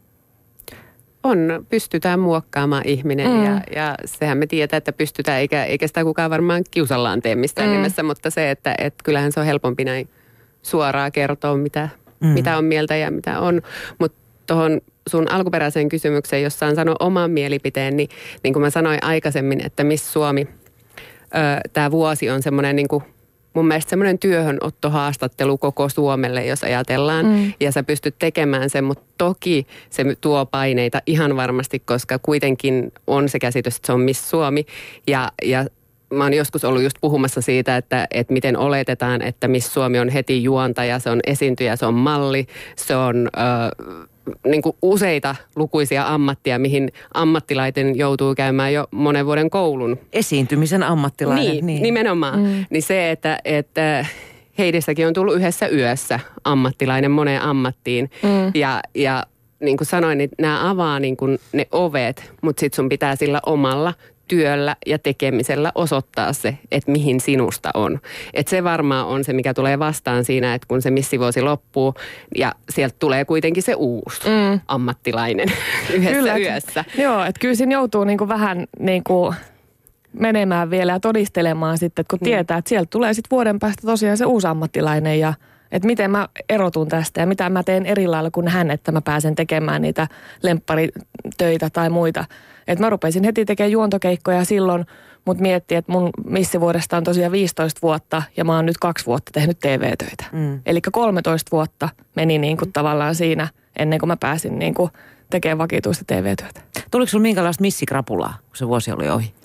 Pystytään muokkaamaan ihminen ja sehän me tiedetään, että pystytään, eikä sitä kukaan varmaan kiusallaan tee mistään nimessä, mutta se, että kyllähän se on helpompi näin suoraan kertoa, mitä on mieltä ja mitä on. Mutta tuohon sun alkuperäiseen kysymykseen, jos saan sanoa oman mielipiteen, niin kuin mä sanoin aikaisemmin, että Miss Suomi, tämä vuosi on semmoinen niin kuin mun mielestä semmoinen työhönottohaastattelu koko Suomelle, jos ajatellaan. Ja sä pystyt tekemään sen, mutta toki se tuo paineita ihan varmasti, koska kuitenkin on se käsitys, että se on Miss Suomi. Ja mä oon joskus ollut just puhumassa siitä, että miten oletetaan, että Miss Suomi on heti juontaja, se on esiintyjä, se on malli, se on niin kuin useita lukuisia ammattia, mihin ammattilainen joutuu käymään jo monen vuoden koulun. Esiintymisen ammattilainen. Niin. Nimenomaan. Niin se, että Heidissäkin on tullut yhdessä yössä ammattilainen moneen ammattiin. Ja niin kuin sanoin, niin nämä avaa niin kuin ne ovet, mutta sitten sun pitää sillä omalla työllä ja tekemisellä osoittaa se, että mihin sinusta on. Että se varmaan on se, mikä tulee vastaan siinä, että kun se missivuosi loppuu ja sieltä tulee kuitenkin se uusi ammattilainen yhdessä yössä. Joo, että kyllä siinä joutuu niinku vähän niinku menemään vielä ja todistelemaan sitten, kun tietää, että sieltä tulee sitten vuoden päästä tosiaan se uusi ammattilainen ja että miten mä erotun tästä ja mitä mä teen eri lailla kuin hän, että mä pääsen tekemään niitä lempparitöitä tai muita. Että mä rupesin heti tekemään juontokeikkoja silloin, mutta miettii, että mun missivuodesta on tosiaan 15 vuotta ja mä oon nyt 2 vuotta tehnyt TV-töitä. Eli 13 vuotta meni niin kuin tavallaan siinä ennen kuin mä pääsin niin kuin tekemään vakituista TV-työtä. Tuliko sulla minkälaista missikrapulaa, kun se vuosi oli ohi?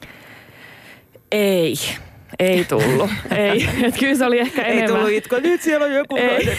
Ei tullut. Ei. Et kyllä se oli ehkä enemmän. Ei tullut itkua. Nyt siellä on joku toinen.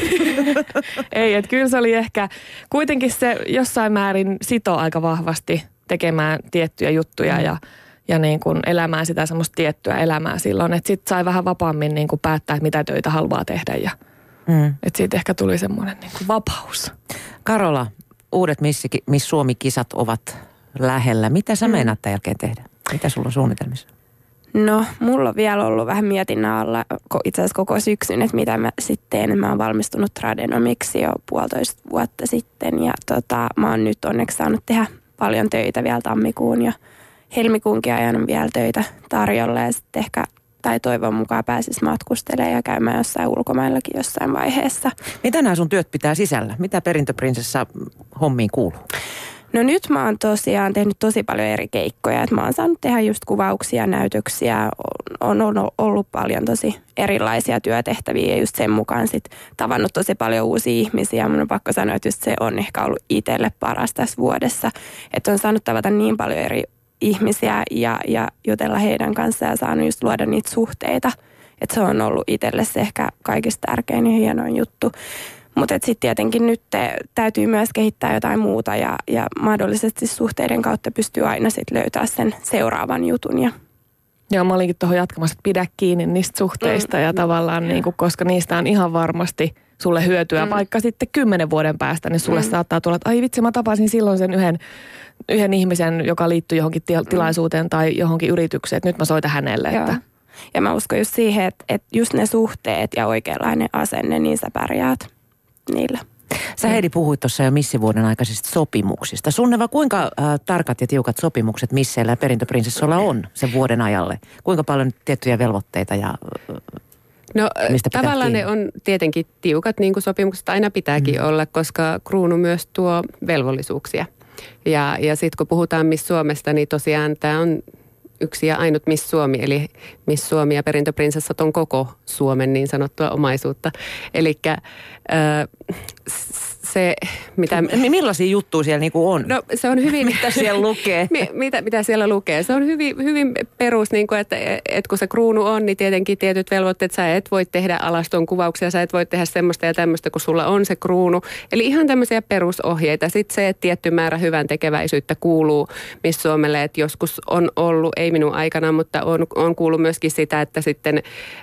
Ei, että kyllä se oli ehkä, kuitenkin se jossain määrin sitoo aika vahvasti tekemään tiettyjä juttuja ja niin kuin elämään sitä semmoista tiettyä elämää silloin. Että sitten sai vähän vapaammin niin kuin päättää, että mitä töitä haluaa tehdä ja että siitä ehkä tuli semmoinen niin kuin vapaus. Karola, uudet Miss Suomi-kisat ovat lähellä. Mitä sä meinaat tämän jälkeen tehdä? Mitä sulla on suunnitelmissa? No, mulla on vielä ollut vähän mietinnän alla itse asiassa koko syksyn, että mitä mä sitten teen. Mä oon valmistunut tradenomiksi jo 1,5 vuotta sitten ja mä oon nyt onneksi saanut tehdä paljon töitä vielä tammikuun ja helmikuunkin ajan on vielä töitä tarjolla ja sitten ehkä tai toivon mukaan pääsisi matkustelemaan ja käymään jossain ulkomaillakin jossain vaiheessa. Mitä nämä sun työt pitää sisällä? Mitä Perintöprinsessa hommiin kuuluu? No nyt mä oon tosiaan tehnyt tosi paljon eri keikkoja. Että mä oon saanut tehdä just kuvauksia, näytöksiä. On ollut paljon tosi erilaisia työtehtäviä ja just sen mukaan sit tavannut tosi paljon uusia ihmisiä. Mun on pakko sanoa, että just se on ehkä ollut itselle paras tässä vuodessa. Että on saanut tavata niin paljon eri ihmisiä ja jutella heidän kanssaan ja saanut just luoda niitä suhteita. Että se on ollut itselle se ehkä kaikista tärkein ja hienoin juttu. Mutta sitten tietenkin nyt täytyy myös kehittää jotain muuta ja mahdollisesti suhteiden kautta pystyy aina sitten löytää sen seuraavan jutun. Joo, mä olinkin tuohon jatkamassa, että pidä kiinni niistä suhteista ja tavallaan, niin kuin, koska niistä on ihan varmasti sulle hyötyä. Vaikka sitten 10 vuoden päästä, niin sulle saattaa tulla, että ai vitsi, mä tapasin silloin sen yhden ihmisen, joka liittyy johonkin tilaisuuteen tai johonkin yritykseen, että nyt mä soitan hänelle. Että. Ja mä uskon just siihen, että just ne suhteet ja oikeanlainen asenne, niin sä pärjäät niillä. Sä Heidi puhuit tuossa jo missivuoden aikaisista sopimuksista. Sunneva, kuinka tarkat ja tiukat sopimukset misseillä ja perintöprinsessoilla on sen vuoden ajalle? Kuinka paljon tiettyjä velvoitteita ja mistä pitää tavallaan kiinni? ne on tietenkin tiukat, niin kuin sopimukset aina pitääkin olla, koska kruunu myös tuo velvollisuuksia. Ja sitten kun puhutaan Miss Suomesta, niin tosiaan tämä on yksi ja ainut Miss Suomi, eli Miss Suomi ja perintöprinsessat on koko Suomen niin sanottua omaisuutta. Elikkä se, mitä... Millaisia juttuja siellä niinku on? No se on hyvin... Mitä siellä lukee? Mitä siellä lukee? Se on hyvin perus, niin kuin, että kun se kruunu on, niin tietenkin tietyt velvoitteet, sä et voi tehdä alaston kuvauksia, sä et voi tehdä semmoista ja tämmöistä, kun sulla on se kruunu. Eli ihan tämmöisiä perusohjeita. Sitten se, että tietty määrä hyvän tekeväisyyttä kuuluu Miss Suomelle, että joskus on ollut, ei minun aikana, mutta on kuullut myöskin sitä, että sitten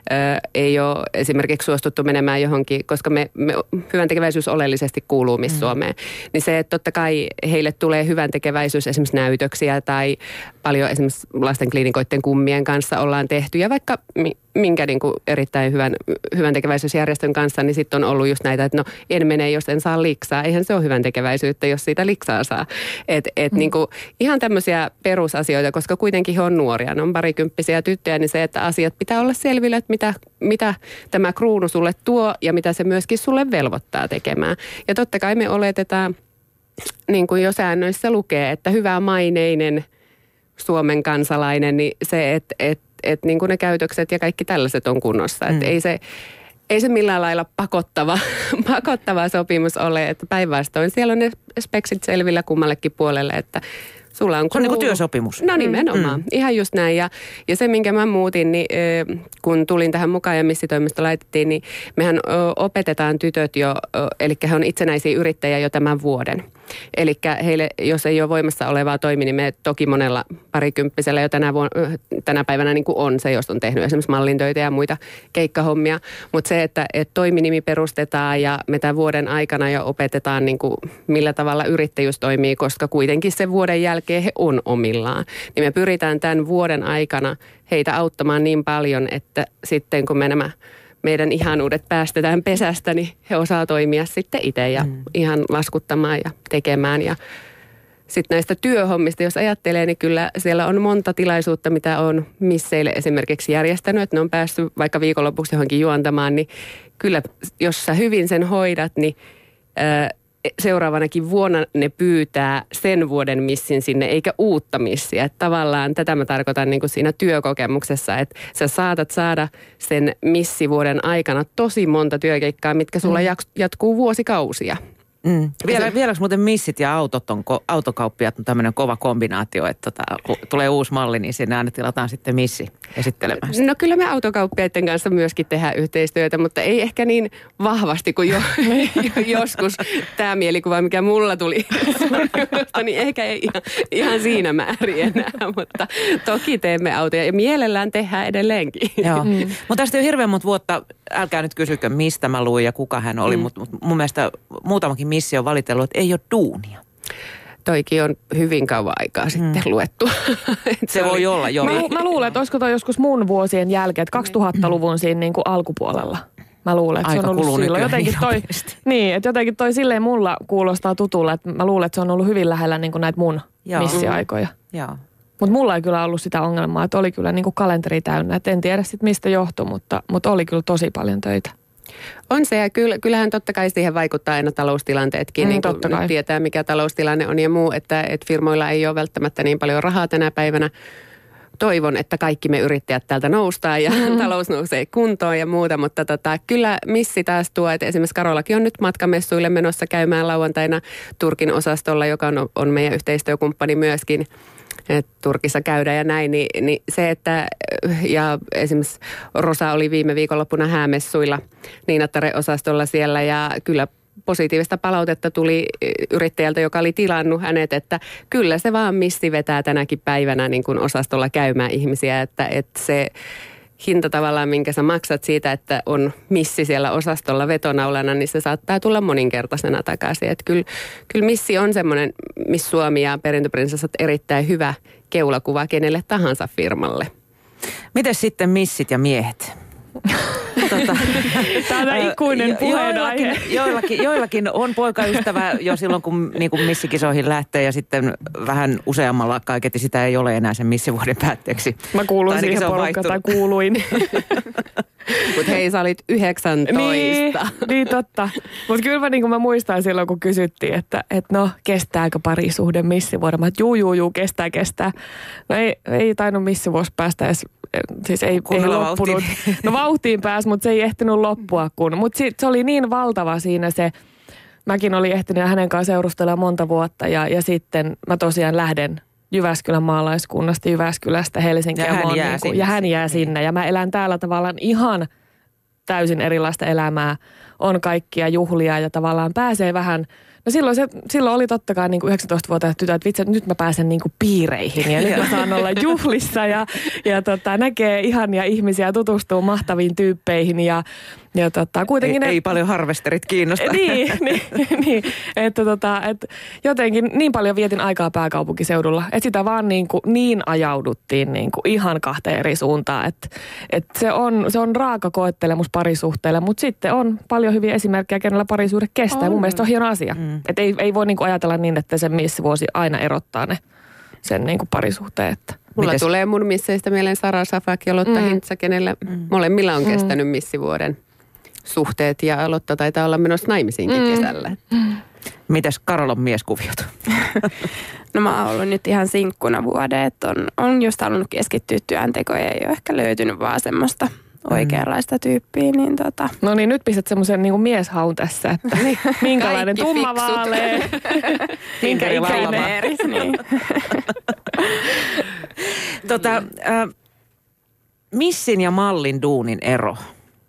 ei ole esimerkiksi suostuttu menemään johonkin, koska me hyvän tekeväisyys oleellisesti kuuluu Miss Suomeen. Niin se, että totta kai heille tulee hyvän tekeväisyys esimerkiksi näytöksiä tai paljon esimerkiksi lastenkliinikoiden kummien kanssa ollaan tehty ja vaikka minkä niin kuin erittäin hyvän tekeväisyysjärjestön kanssa, niin sitten on ollut just näitä, että no en mene, jos en saa liksaa. Eihän se ole hyvän tekeväisyyttä, jos siitä liksaa saa. Niin kuin ihan tämmöisiä perusasioita, koska kuitenkin he on nuoria, ne on parikymppisiä tyttöjä, niin se, että asiat pitää olla selvillä, että mitä tämä kruunu sulle tuo ja mitä se myöskin sulle velvoittaa tekemään. Ja totta kai me oletetaan, niin kuin jo säännöissä lukee, että hyvä maineinen Suomen kansalainen, niin se, että niin kuin ne käytökset ja kaikki tällaiset on kunnossa. Että ei se millään lailla pakottava sopimus ole, että päinvastoin siellä on ne speksit selvillä kummallekin puolelle, että sulla on se on niin kuin työsopimus. No nimenomaan, ihan just näin. Ja se, minkä mä muutin, niin kun tulin tähän mukaan ja missitoimisto laitettiin, niin mehän opetetaan tytöt jo, eli he on itsenäisiä yrittäjiä jo tämän vuoden. Eli heille, jos ei ole voimassa olevaa toimi, niin me toki monella parikymppisellä jo tänä päivänä niin kuin on se, jos on tehnyt esimerkiksi mallintöitä ja muita keikkahommia. Mutta se, että toiminimi perustetaan ja me tämän vuoden aikana jo opetetaan niin kuin millä tavalla yrittäjyys toimii, koska kuitenkin sen vuoden jälkeen he on omillaan. Niin me pyritään tämän vuoden aikana heitä auttamaan niin paljon, että sitten kun me nämä meidän ihanuudet päästetään pesästä, niin he osaa toimia sitten itse ja ihan laskuttamaan ja tekemään. Ja sitten näistä työhommista, jos ajattelee, niin kyllä siellä on monta tilaisuutta, mitä on misseille esimerkiksi järjestänyt, että ne on päässyt vaikka viikonlopuksi johonkin juontamaan, niin kyllä jos sä hyvin sen hoidat, niin seuraavanakin vuonna ne pyytää sen vuoden missin sinne, eikä uutta missiä. Että tavallaan tätä mä tarkoitan niin kuin siinä työkokemuksessa, että sä saatat saada sen missivuoden aikana tosi monta työkeikkaa, mitkä sulla jatkuu vuosikausia. Vieläks muuten missit ja autokauppiat on tämmöinen kova kombinaatio, että tulee uusi malli, niin sinne aina tilataan sitten missi esittelemään sitä. No kyllä me autokauppiaiden kanssa myöskin tehdään yhteistyötä, mutta ei ehkä niin vahvasti kuin joskus tämä mielikuva, mikä mulla tuli, niin ehkä ei ihan siinä määrin enää, mutta toki teemme autoja ja mielellään tehdään edelleenkin. Joo, mutta tästä ei ole hirveän monta vuotta, älkää nyt kysykö mistä mä luin ja kuka hän oli, mutta mun mielestä muutamakin missi on valitellut, että ei ole duunia. Toikin on hyvin kauan aikaa sitten luettu. Se voi olla jo. Mä luulen, että olisiko toi joskus mun vuosien jälkeen, että 2000-luvun siinä niin kuin alkupuolella. Mä luulen, että se on ollut silloin. Jotenkin toi silleen mulla kuulostaa tutulle, että mä luulen, että se on ollut hyvin lähellä niin kuin näitä mun missiaikoja. Mutta mulla ei kyllä ollut sitä ongelmaa, että oli kyllä niin kuin kalenteri täynnä. Et en tiedä sitten mistä johtui, mutta oli kyllä tosi paljon töitä. On se ja kyllähän totta kai siihen vaikuttaa aina taloustilanteetkin, niin kuin nyt tietää mikä taloustilanne on ja muu, että firmoilla ei ole välttämättä niin paljon rahaa tänä päivänä. Toivon, että kaikki me yrittäjät täältä noustaan ja talous nousee kuntoon ja muuta, mutta kyllä missi taas tuo, että esimerkiksi Karolakin on nyt matkamessuille menossa käymään lauantaina Turkin osastolla, joka on meidän yhteistyökumppani myöskin. Turkissa käydään ja näin, niin se, että ja esimerkiksi Rosa oli viime viikonloppuna häämessuilla Niinattare-osastolla siellä ja kyllä positiivista palautetta tuli yrittäjältä, joka oli tilannut hänet, että kyllä se vaan missi vetää tänäkin päivänä niin kuin osastolla käymään ihmisiä, että se hinta tavallaan, minkä sä maksat siitä, että on missi siellä osastolla vetonaulana, niin se saattaa tulla moninkertaisena takaisin. Että kyllä missi on semmoinen Miss Suomi ja Perintöprinsessat erittäin hyvä keulakuva kenelle tahansa firmalle. Miten sitten missit ja miehet? Tämä on ikuinen puheenaihe. Joillakin on poikaystävä jo silloin, kun niin kuin missikisoihin lähtee ja sitten vähän useammalla kaiketi sitä ei ole enää sen missivuoden päätteeksi. Mä kuulun siihen porukkaan tai kuuluin. Mutta hei, sä olit 19. Niin totta. Mutta kyllä mä muistan silloin, kun kysyttiin, että no kestääkö parisuhde missivuoden. Mä juu, kestää. No ei tainnut missivuosi päästä edes. Siis ei loppunut. No vauhtiin pääsi, mutta se ei ehtinyt loppua. Mutta se oli niin valtava siinä se mäkin olin ehtinyt hänen kanssaan seurustella monta vuotta ja sitten mä tosiaan lähden Jyväskylän maalaiskunnasta, Jyväskylästä Helsinkiin. Ja hän jää sinne. Ja mä elän täällä tavallaan ihan täysin erilaista elämää. On kaikkia juhlia ja tavallaan pääsee vähän. No silloin oli totta kai niin kuin 19-vuotiaat tytöt, vitsi, että nyt mä pääsen niin kuin piireihin ja nyt mä saan olla juhlissa ja näkee ihania ihmisiä, tutustuu mahtaviin tyyppeihin ja kuitenkin... Ei paljon harvesterit kiinnosta. Niin, että jotenkin niin paljon vietin aikaa pääkaupunkiseudulla, että sitä vaan niin ajauduttiin niin kuin ihan kahteen eri suuntaan, että se on raaka koettelemus parisuhteelle, mutta sitten on paljon hyviä esimerkkejä, kenellä parisuhde kestää. Mun mielestä on hieno asia. Että ei voi niin kuin ajatella niin, että se missivuosi aina erottaa sen niin kuin parisuhteen, että... Mulla tulee mun misseistä mieleen Sara Safak ja Lotta Hintsa, kenellä molemmilla on kestänyt missivuoden suhteet ja Lotta taitaa olla menossa naimisiinkin kesällä. Mitäs Karolan mieskuviot? No mä oon ollut nyt ihan sinkkuna vuoden, että on just halunnut keskittyä työntekoon ja ei ole ehkä löytynyt vaan semmoista oikeanlaista tyyppiä. Niin No niin, nyt pistät semmoisen niin kuin mieshaun tässä, että minkälainen tummavaalee, minkä ikäinen. Niin. Missin ja mallin duunin ero.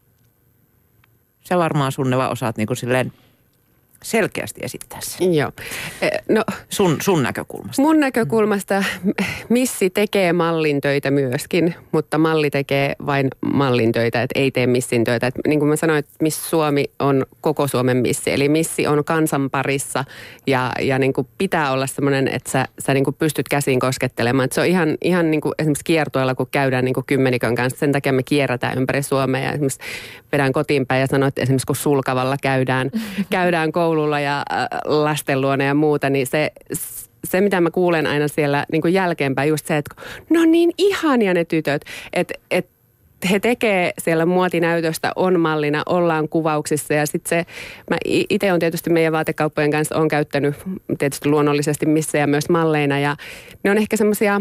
Sä varmaan Sunneva osaat niin kuin silleen selkeästi esittää sen. Joo. No, sun näkökulmasta. Mun näkökulmasta missi tekee mallin töitä myöskin, mutta malli tekee vain mallin töitä, että ei tee missin töitä. Että niin kuin mä sanoin, että Miss Suomi on koko Suomen missi. Eli missi on kansan parissa ja niin kuin pitää olla semmoinen, että sä niin kuin pystyt käsiin koskettelemaan. Että se on ihan niin kuin esimerkiksi kiertueella, kun käydään niin kuin kymmenikön kanssa. Sen takia me kierrätään ympäri Suomea ja esimerkiksi vedään kotiin päin ja sanoo, että esimerkiksi kun Sulkavalla käydään koululla ja lasten luona ja muuta, niin se mitä mä kuulen aina siellä niin kuin jälkeenpäin, just se, että no niin ihania ne tytöt, että he tekee siellä muotinäytöstä, on mallina, ollaan kuvauksissa ja sitten se, mä itse on tietysti meidän vaatekauppojen kanssa on käyttänyt tietysti luonnollisesti missejä myös malleina ja ne on ehkä semmoisia...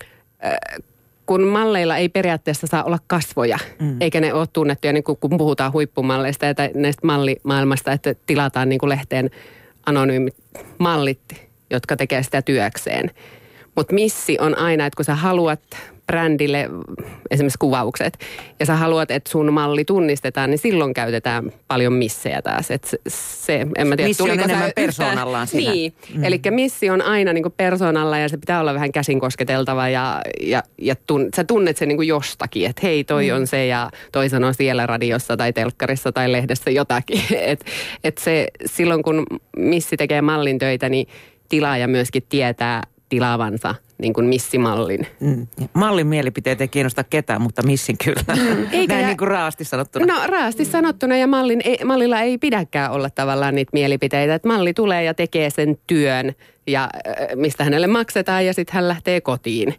kun malleilla ei periaatteessa saa olla kasvoja, eikä ne ole tunnettuja, niin kun puhutaan huippumalleista ja näistä mallimaailmasta, että tilataan niin kuin lehteen anonyymit mallit, jotka tekee sitä työkseen. Mutta missi on aina, että kun sä haluat brändille esimerkiksi kuvaukset ja sä haluat, että sun malli tunnistetaan, niin silloin käytetään paljon missejä taas. Et se, en mä tiedä, missi on enemmän persoonallaan siinä. Niin, eli missi on aina niin kuin persoonalla ja se pitää olla vähän käsin kosketeltava ja sä tunnet sen niin kuin jostakin, että hei toi on se ja toi sanoo siellä radiossa tai telkkarissa tai lehdessä jotakin. Et se silloin kun missi tekee mallin töitä, niin tilaaja myöskin tietää tilaavansa niin kuin missimallin. Mallin mielipiteet ei kiinnosta ketään, mutta missin kyllä. Näin niin kuin raasti sanottuna. No raasti sanottuna ja mallilla ei pidäkään olla tavallaan niitä mielipiteitä. Että malli tulee ja tekee sen työn ja mistä hänelle maksetaan ja sitten hän lähtee kotiin.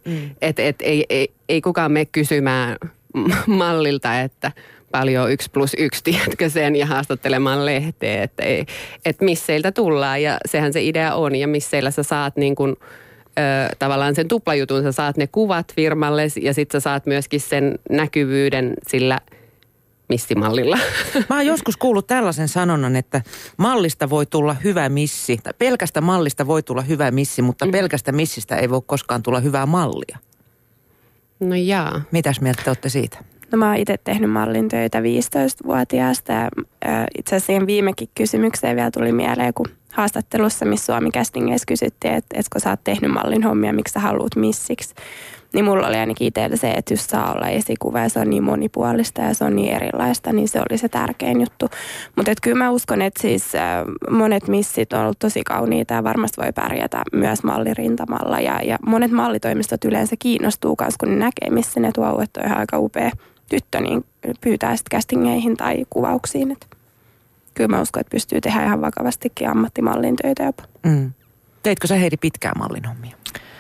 Ei kukaan mene kysymään mallilta, että paljon 1+1, tiedätkö sen, ja haastattelemaan lehteen, että misseiltä tullaan, ja sehän se idea on, ja misseillä sä saat niin kuin, tavallaan sen tuplajutun, sä saat ne kuvat firmalle, ja sit sä saat myöskin sen näkyvyyden sillä missimallilla. Mä oon joskus kuullut tällaisen sanonnan, että mallista voi tulla hyvä missi, tai pelkästä mallista voi tulla hyvä missi, mutta pelkästä missistä ei voi koskaan tulla hyvää mallia. No jaa. Mitäs mieltä te olette siitä? No mä oon itse tehnyt mallin töitä 15-vuotiaasta ja itse asiassa siihen viimekin kysymykseen vielä tuli mieleen, kun haastattelussa Miss Suomi castingeissa kysyttiin, että kun sä oot tehnyt mallin hommia, miksi sä haluut missiksi. Niin mulla oli ainakin itsellä se, että jos saa olla esikuva ja se on niin monipuolista ja se on niin erilaista, niin se oli se tärkein juttu. Mutta kyllä mä uskon, että siis monet missit on ollut tosi kauniita ja varmasti voi pärjätä myös mallirintamalla. Ja monet mallitoimistot yleensä kiinnostuu myös, kun ne näkee, missä ne tuo, että on ihan aika upea tyttö, niin pyytää sitten castingeihin tai kuvauksiin. Et kyllä mä uskon, että pystyy tehdä ihan vakavastikin ammattimallin töitä jopa. Teitkö sä Heidi pitkään mallin hommia?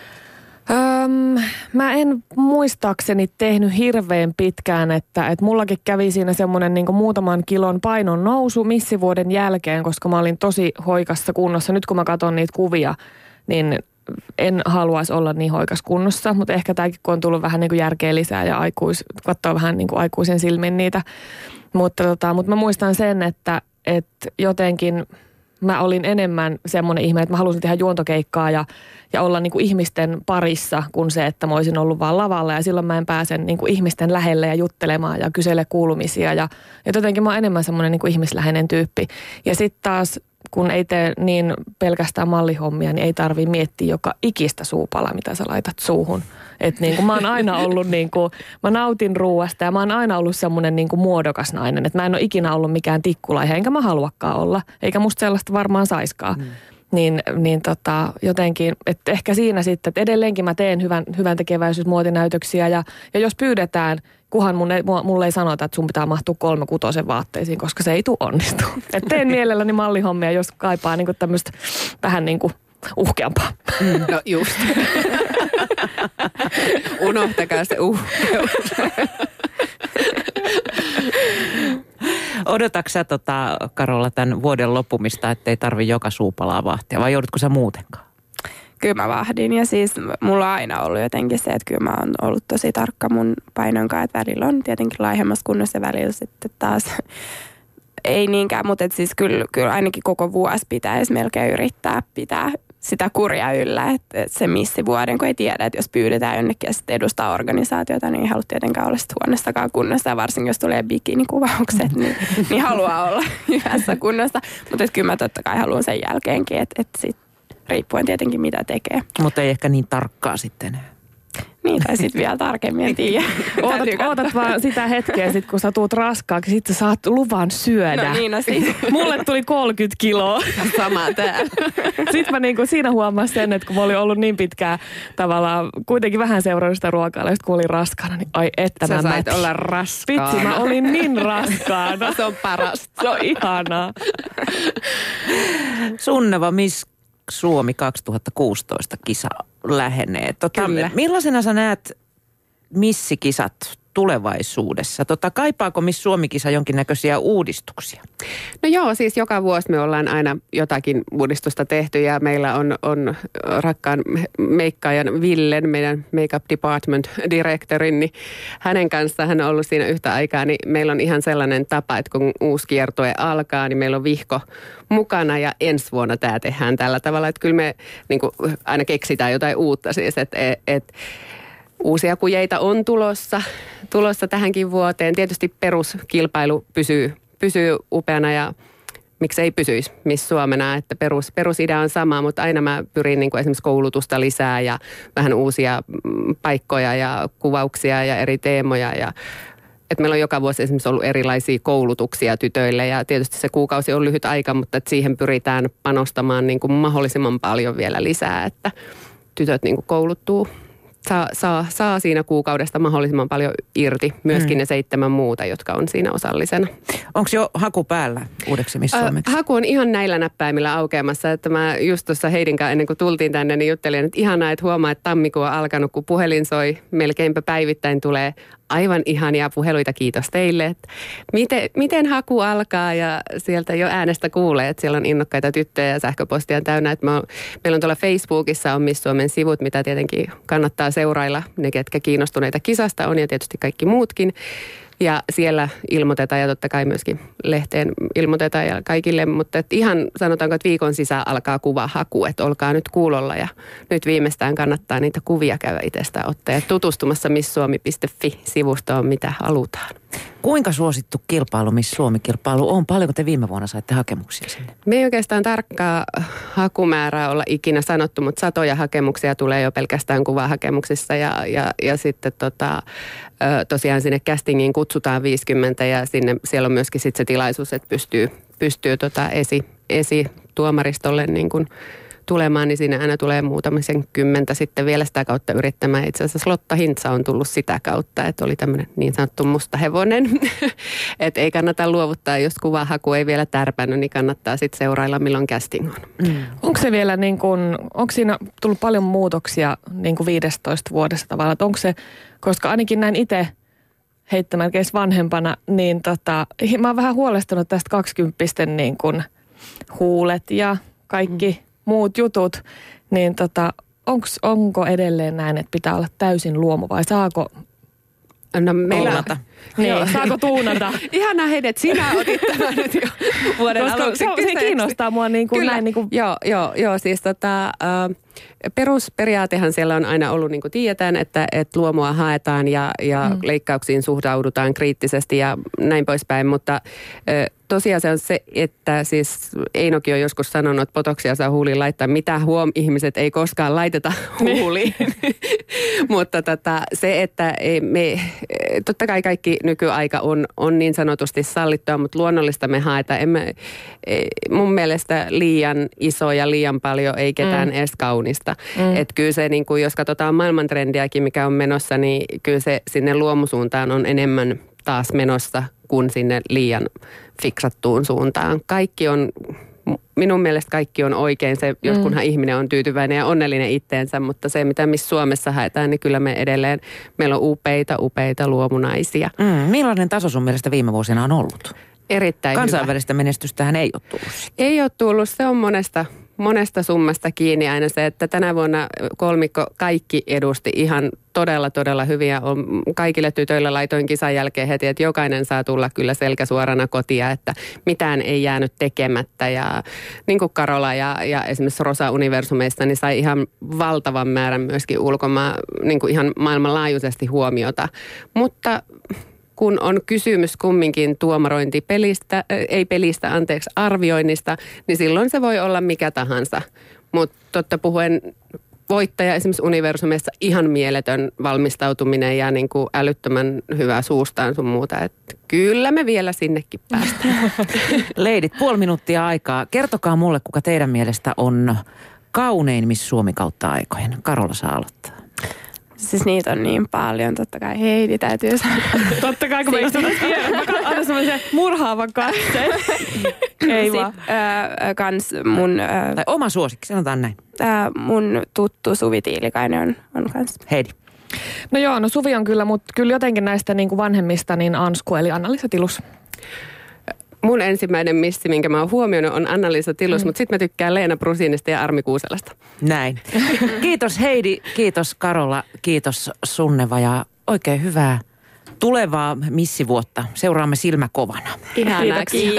Mä en muistaakseni tehnyt hirveän pitkään, että mullakin kävi siinä semmoinen niin kuin muutaman kilon painon nousu missivuoden jälkeen, koska mä olin tosi hoikassa kunnossa. Nyt kun mä katson niitä kuvia, niin en haluaisi olla niin hoikas kunnossa, mutta ehkä tämäkin kun on tullut vähän niin kuin järkeä lisää ja katsoo vähän niin kuin aikuisen silmin niitä. Mutta mä muistan sen, että jotenkin mä olin enemmän semmoinen ihminen, että mä halusin tehdä juontokeikkaa ja olla niin kuin ihmisten parissa kuin se, että mä olisin ollut vaan lavalla. Ja silloin mä en pääse niin kuin ihmisten lähelle ja juttelemaan ja kysele kuulumisia. Ja jotenkin mä oon enemmän semmoinen niin kuin ihmisläheinen tyyppi. Ja sitten taas, kun ei tee niin pelkästään mallihommia, niin ei tarvii miettiä joka ikistä suupalaa, mitä sä laitat suuhun. Että niin kuin mä oon aina ollut niin kuin, mä nautin ruuasta ja mä oon aina ollut semmoinen niin kuin muodokas nainen. Että mä en ole ikinä ollut mikään tikkulaihe, enkä mä haluakaan olla. Eikä musta sellaista varmaan saiskaan. Niin jotenkin, että ehkä siinä sitten, että edelleenkin mä teen hyvän tekeväisyysmuotinäytöksiä ja jos pyydetään, kunhan mulle ei sanota, että sun pitää mahtua 3/6 vaatteisiin, koska se ei tule onnistu. Että teen mielelläni mallihommia, jos kaipaa niinku tämmöistä vähän niinku uhkeampaa. No just. Unohtakaa se uhkeus. Odotatko sä Karola tämän vuoden loppumista, ettei tarvi joka suupalaa vahtia vai joudutko sä muutenkaan? Kyllä mä vahdin ja siis mulla on aina ollut jotenkin se, että kyllä mä oon ollut tosi tarkka mun painonkaan, että välillä on tietenkin laihemmassa kunnossa ja välillä sitten taas ei niinkään, mutta siis kyllä ainakin koko vuosi pitäisi melkein yrittää pitää sitä kuria yllä, että se missivuoden, kun ei tiedä, että jos pyydetään jonnekin ja sitten edustaa organisaatiota, niin ei halua tietenkään olla sitten huoneestakaan kunnossa. Ja varsinkin jos tulee bikinikuvaukset, niin haluaa olla hyvässä kunnossa. Mutta kyllä mä totta kai haluan sen jälkeenkin, että sitten riippuen tietenkin mitä tekee. Mutta ei ehkä niin tarkkaa sitten. Niin, tai sitten vielä tarkemmin, en tiedä. Ootat vaan sitä hetkeä, sit, kun sä tuut raskaaksi, sit sä saat luvan syödä. No niin, no siis. Mulle tuli 30 kiloa. Sama täällä. Sitten mä niinku siinä huomasin sen, että kun mä olin ollut niin pitkään tavallaan kuitenkin vähän seurannut sitä ruokailuja, kun olin raskaana, niin ai että sä mä sait olla raskaana. Vitsi, mä olin niin raskaana. Se on parasta. Se on ihanaa. Sunneva Miss Suomi 2016 kisa lähenee. Kyllä. Millaisena sä näet missikisat tulevaisuudessa? Kaipaako Miss Suomi-kisa jonkinnäköisiä uudistuksia? No joo, siis joka vuosi me ollaan aina jotakin uudistusta tehty ja meillä on rakkaan meikkaajan Villen, meidän Makeup Department Directorin, niin hänen kanssaan hän on ollut siinä yhtä aikaa, niin meillä on ihan sellainen tapa, että kun uusi kiertue alkaa, niin meillä on vihko mukana ja ensi vuonna tämä tehdään tällä tavalla, että kyllä me niin kuin aina keksitään jotain uutta siis, että uusia kujeita on tulossa tähänkin vuoteen. Tietysti peruskilpailu pysyy upeana ja miksei pysyisi Miss Suomena, että perusidea on sama, mutta aina mä pyrin niin kuin esimerkiksi koulutusta lisää ja vähän uusia paikkoja ja kuvauksia ja eri teemoja ja että meillä on joka vuosi esimerkiksi ollut erilaisia koulutuksia tytöille ja tietysti se kuukausi on lyhyt aika, mutta että siihen pyritään panostamaan niin kuin mahdollisimman paljon vielä lisää, että tytöt niin kuin kouluttuu. Saa siinä kuukaudesta mahdollisimman paljon irti, myöskin ne 7 muuta, jotka on siinä osallisena. Onko jo haku päällä uudeksi Miss Suomeksi? Haku on ihan näillä näppäimillä aukeamassa, että mä just tuossa Heidin kanssa ennen kuin tultiin tänne, niin juttelin, että ihanaa, että huomaa, että tammikuu on alkanut, kun puhelin soi, melkeinpä päivittäin tulee aivan ihania puheluita, kiitos teille, että miten haku alkaa ja sieltä jo äänestä kuulee, että siellä on innokkaita tyttöjä ja sähköpostia täynnä, että meillä on tuolla Facebookissa on Miss Suomen sivut, mitä tietenkin kannattaa seurailla, ne ketkä kiinnostuneita kisasta on ja tietysti kaikki muutkin. Ja siellä ilmoitetaan ja totta kai myöskin lehteen ilmoitetaan ja kaikille, mutta että ihan sanotaanko, että viikon sisään alkaa kuvahaku, että olkaa nyt kuulolla ja nyt viimeistään kannattaa niitä kuvia käydä itsestään ottaa ja tutustumassa misssuomi.fi-sivustoon, mitä halutaan. Kuinka suosittu kilpailu, Miss Suomi-kilpailu on? Paljonko te viime vuonna saitte hakemuksia sinne? Me ei oikeastaan tarkkaa hakumäärää olla ikinä sanottu, mutta satoja hakemuksia tulee jo pelkästään kuvahakemuksissa ja sitten tosiaan sinne castingiin kutsutaan 50 ja siellä on myöskin sitten se tilaisuus, että pystyy esituomaristolle niin kuin tulemaan, niin sinne aina tulee muutamisen 10 sitten vielä sitä kautta yrittämään. Itse asiassa Lotta Hintsa on tullut sitä kautta, että oli tämmöinen niin sanottu musta hevonen. Että ei kannata luovuttaa, jos kuvahaku ei vielä tärpännyt, niin kannattaa sitten seurailla, milloin casting on. Onko se vielä niin kuin, onko siinä tullut paljon muutoksia niin kuin 15 vuodessa tavallaan? Että onko se, koska ainakin näin itse heittämälkeis vanhempana, niin mä oon vähän huolestunut tästä 20 niin kuin huulet ja kaikki muut jutut, niin onko edelleen näin, että pitää olla täysin luomu vai saako No meillä... Tuunata. Niin, saako tuunata? Ihana Heidi, että sinä otit tämän nyt jo vuoden Koska aluksi se kyseeksi. kiinnostaa mua niin kuin Kyllä. näin. Niin kuin... Joo, siis perusperiaatehan siellä on aina ollut, niin kuin tiedetään, että luomua haetaan ja leikkauksiin suhtaudutaan kriittisesti ja näin poispäin, mutta tosiaan on se, että siis Einokin on joskus sanonut, että botoksia saa huuliin laittaa, mitä ihmiset ei koskaan laiteta huuliin. Mutta se, että me, totta kai kaikki nykyaika on niin sanotusti sallittua, mutta luonnollista me haetaan. Mun mielestä liian iso ja liian paljon ei ketään edes kaunista. Että kyllä se, niin kuin, jos katsotaan maailmantrendiäkin, mikä on menossa, niin kyllä se sinne luomusuuntaan on enemmän taas menossa kuin sinne liian fiksattuun suuntaan. Minun mielestä kaikki on oikein, se, jos kunhan ihminen on tyytyväinen ja onnellinen itteensä, mutta se, mitä missä Suomessa haetaan, niin kyllä me edelleen, meillä on upeita luomunaisia. Millainen taso sun mielestä viime vuosina on ollut? Erittäin Kansainvälistä menestystähän ei ole tullut. Ei ole tullut, se on monesta summasta kiinni aina se, että tänä vuonna kolmikko kaikki edusti ihan todella hyviä. Kaikille tytöille laitoin kisan jälkeen heti, että jokainen saa tulla kyllä selkä suorana kotia, että mitään ei jäänyt tekemättä. Ja niin kuin Karola ja esimerkiksi Rosa Universumeista, niin sai ihan valtavan määrän myöskin niin kuin ihan maailmanlaajuisesti huomiota. Mutta kun on kysymys kumminkin arvioinnista, niin silloin se voi olla mikä tahansa. Mutta totta puhuen voittaja esimerkiksi Universumissa ihan mieletön valmistautuminen ja niin kuin älyttömän hyvä suustaan sun muuta. Että kyllä me vielä sinnekin päästään. Leidit, 0,5 minuuttia aikaa. Kertokaa mulle, kuka teidän mielestä on kaunein Miss Suomi kautta aikojen. Karola saa aloittaa. Siis niitä on niin paljon, totta kai Heidi täytyy sanoa. Totta kai, kun mä istun mä annan semmoisen murhaavan katseen. Ei vaan. Kans mun... Tai oma suosikki, sanotaan näin. Mun tuttu Suvi Tiilikainen on kans. Heidi. No joo, no Suvi on kyllä, mutta kyllä jotenkin näistä niin kuin vanhemmista niin Ansku eli Anna-Liisa Tilus. Mun ensimmäinen missi, minkä mä oon huomioinut, on Anna-Liisa Tilus, mutta sit mä tykkään Leena Brusinista ja Armi Kuuselasta. Näin. Kiitos Heidi, kiitos Karola, kiitos Sunneva ja oikein hyvää tulevaa missivuotta. Seuraamme silmä kovana. Ihanaa, kiitos.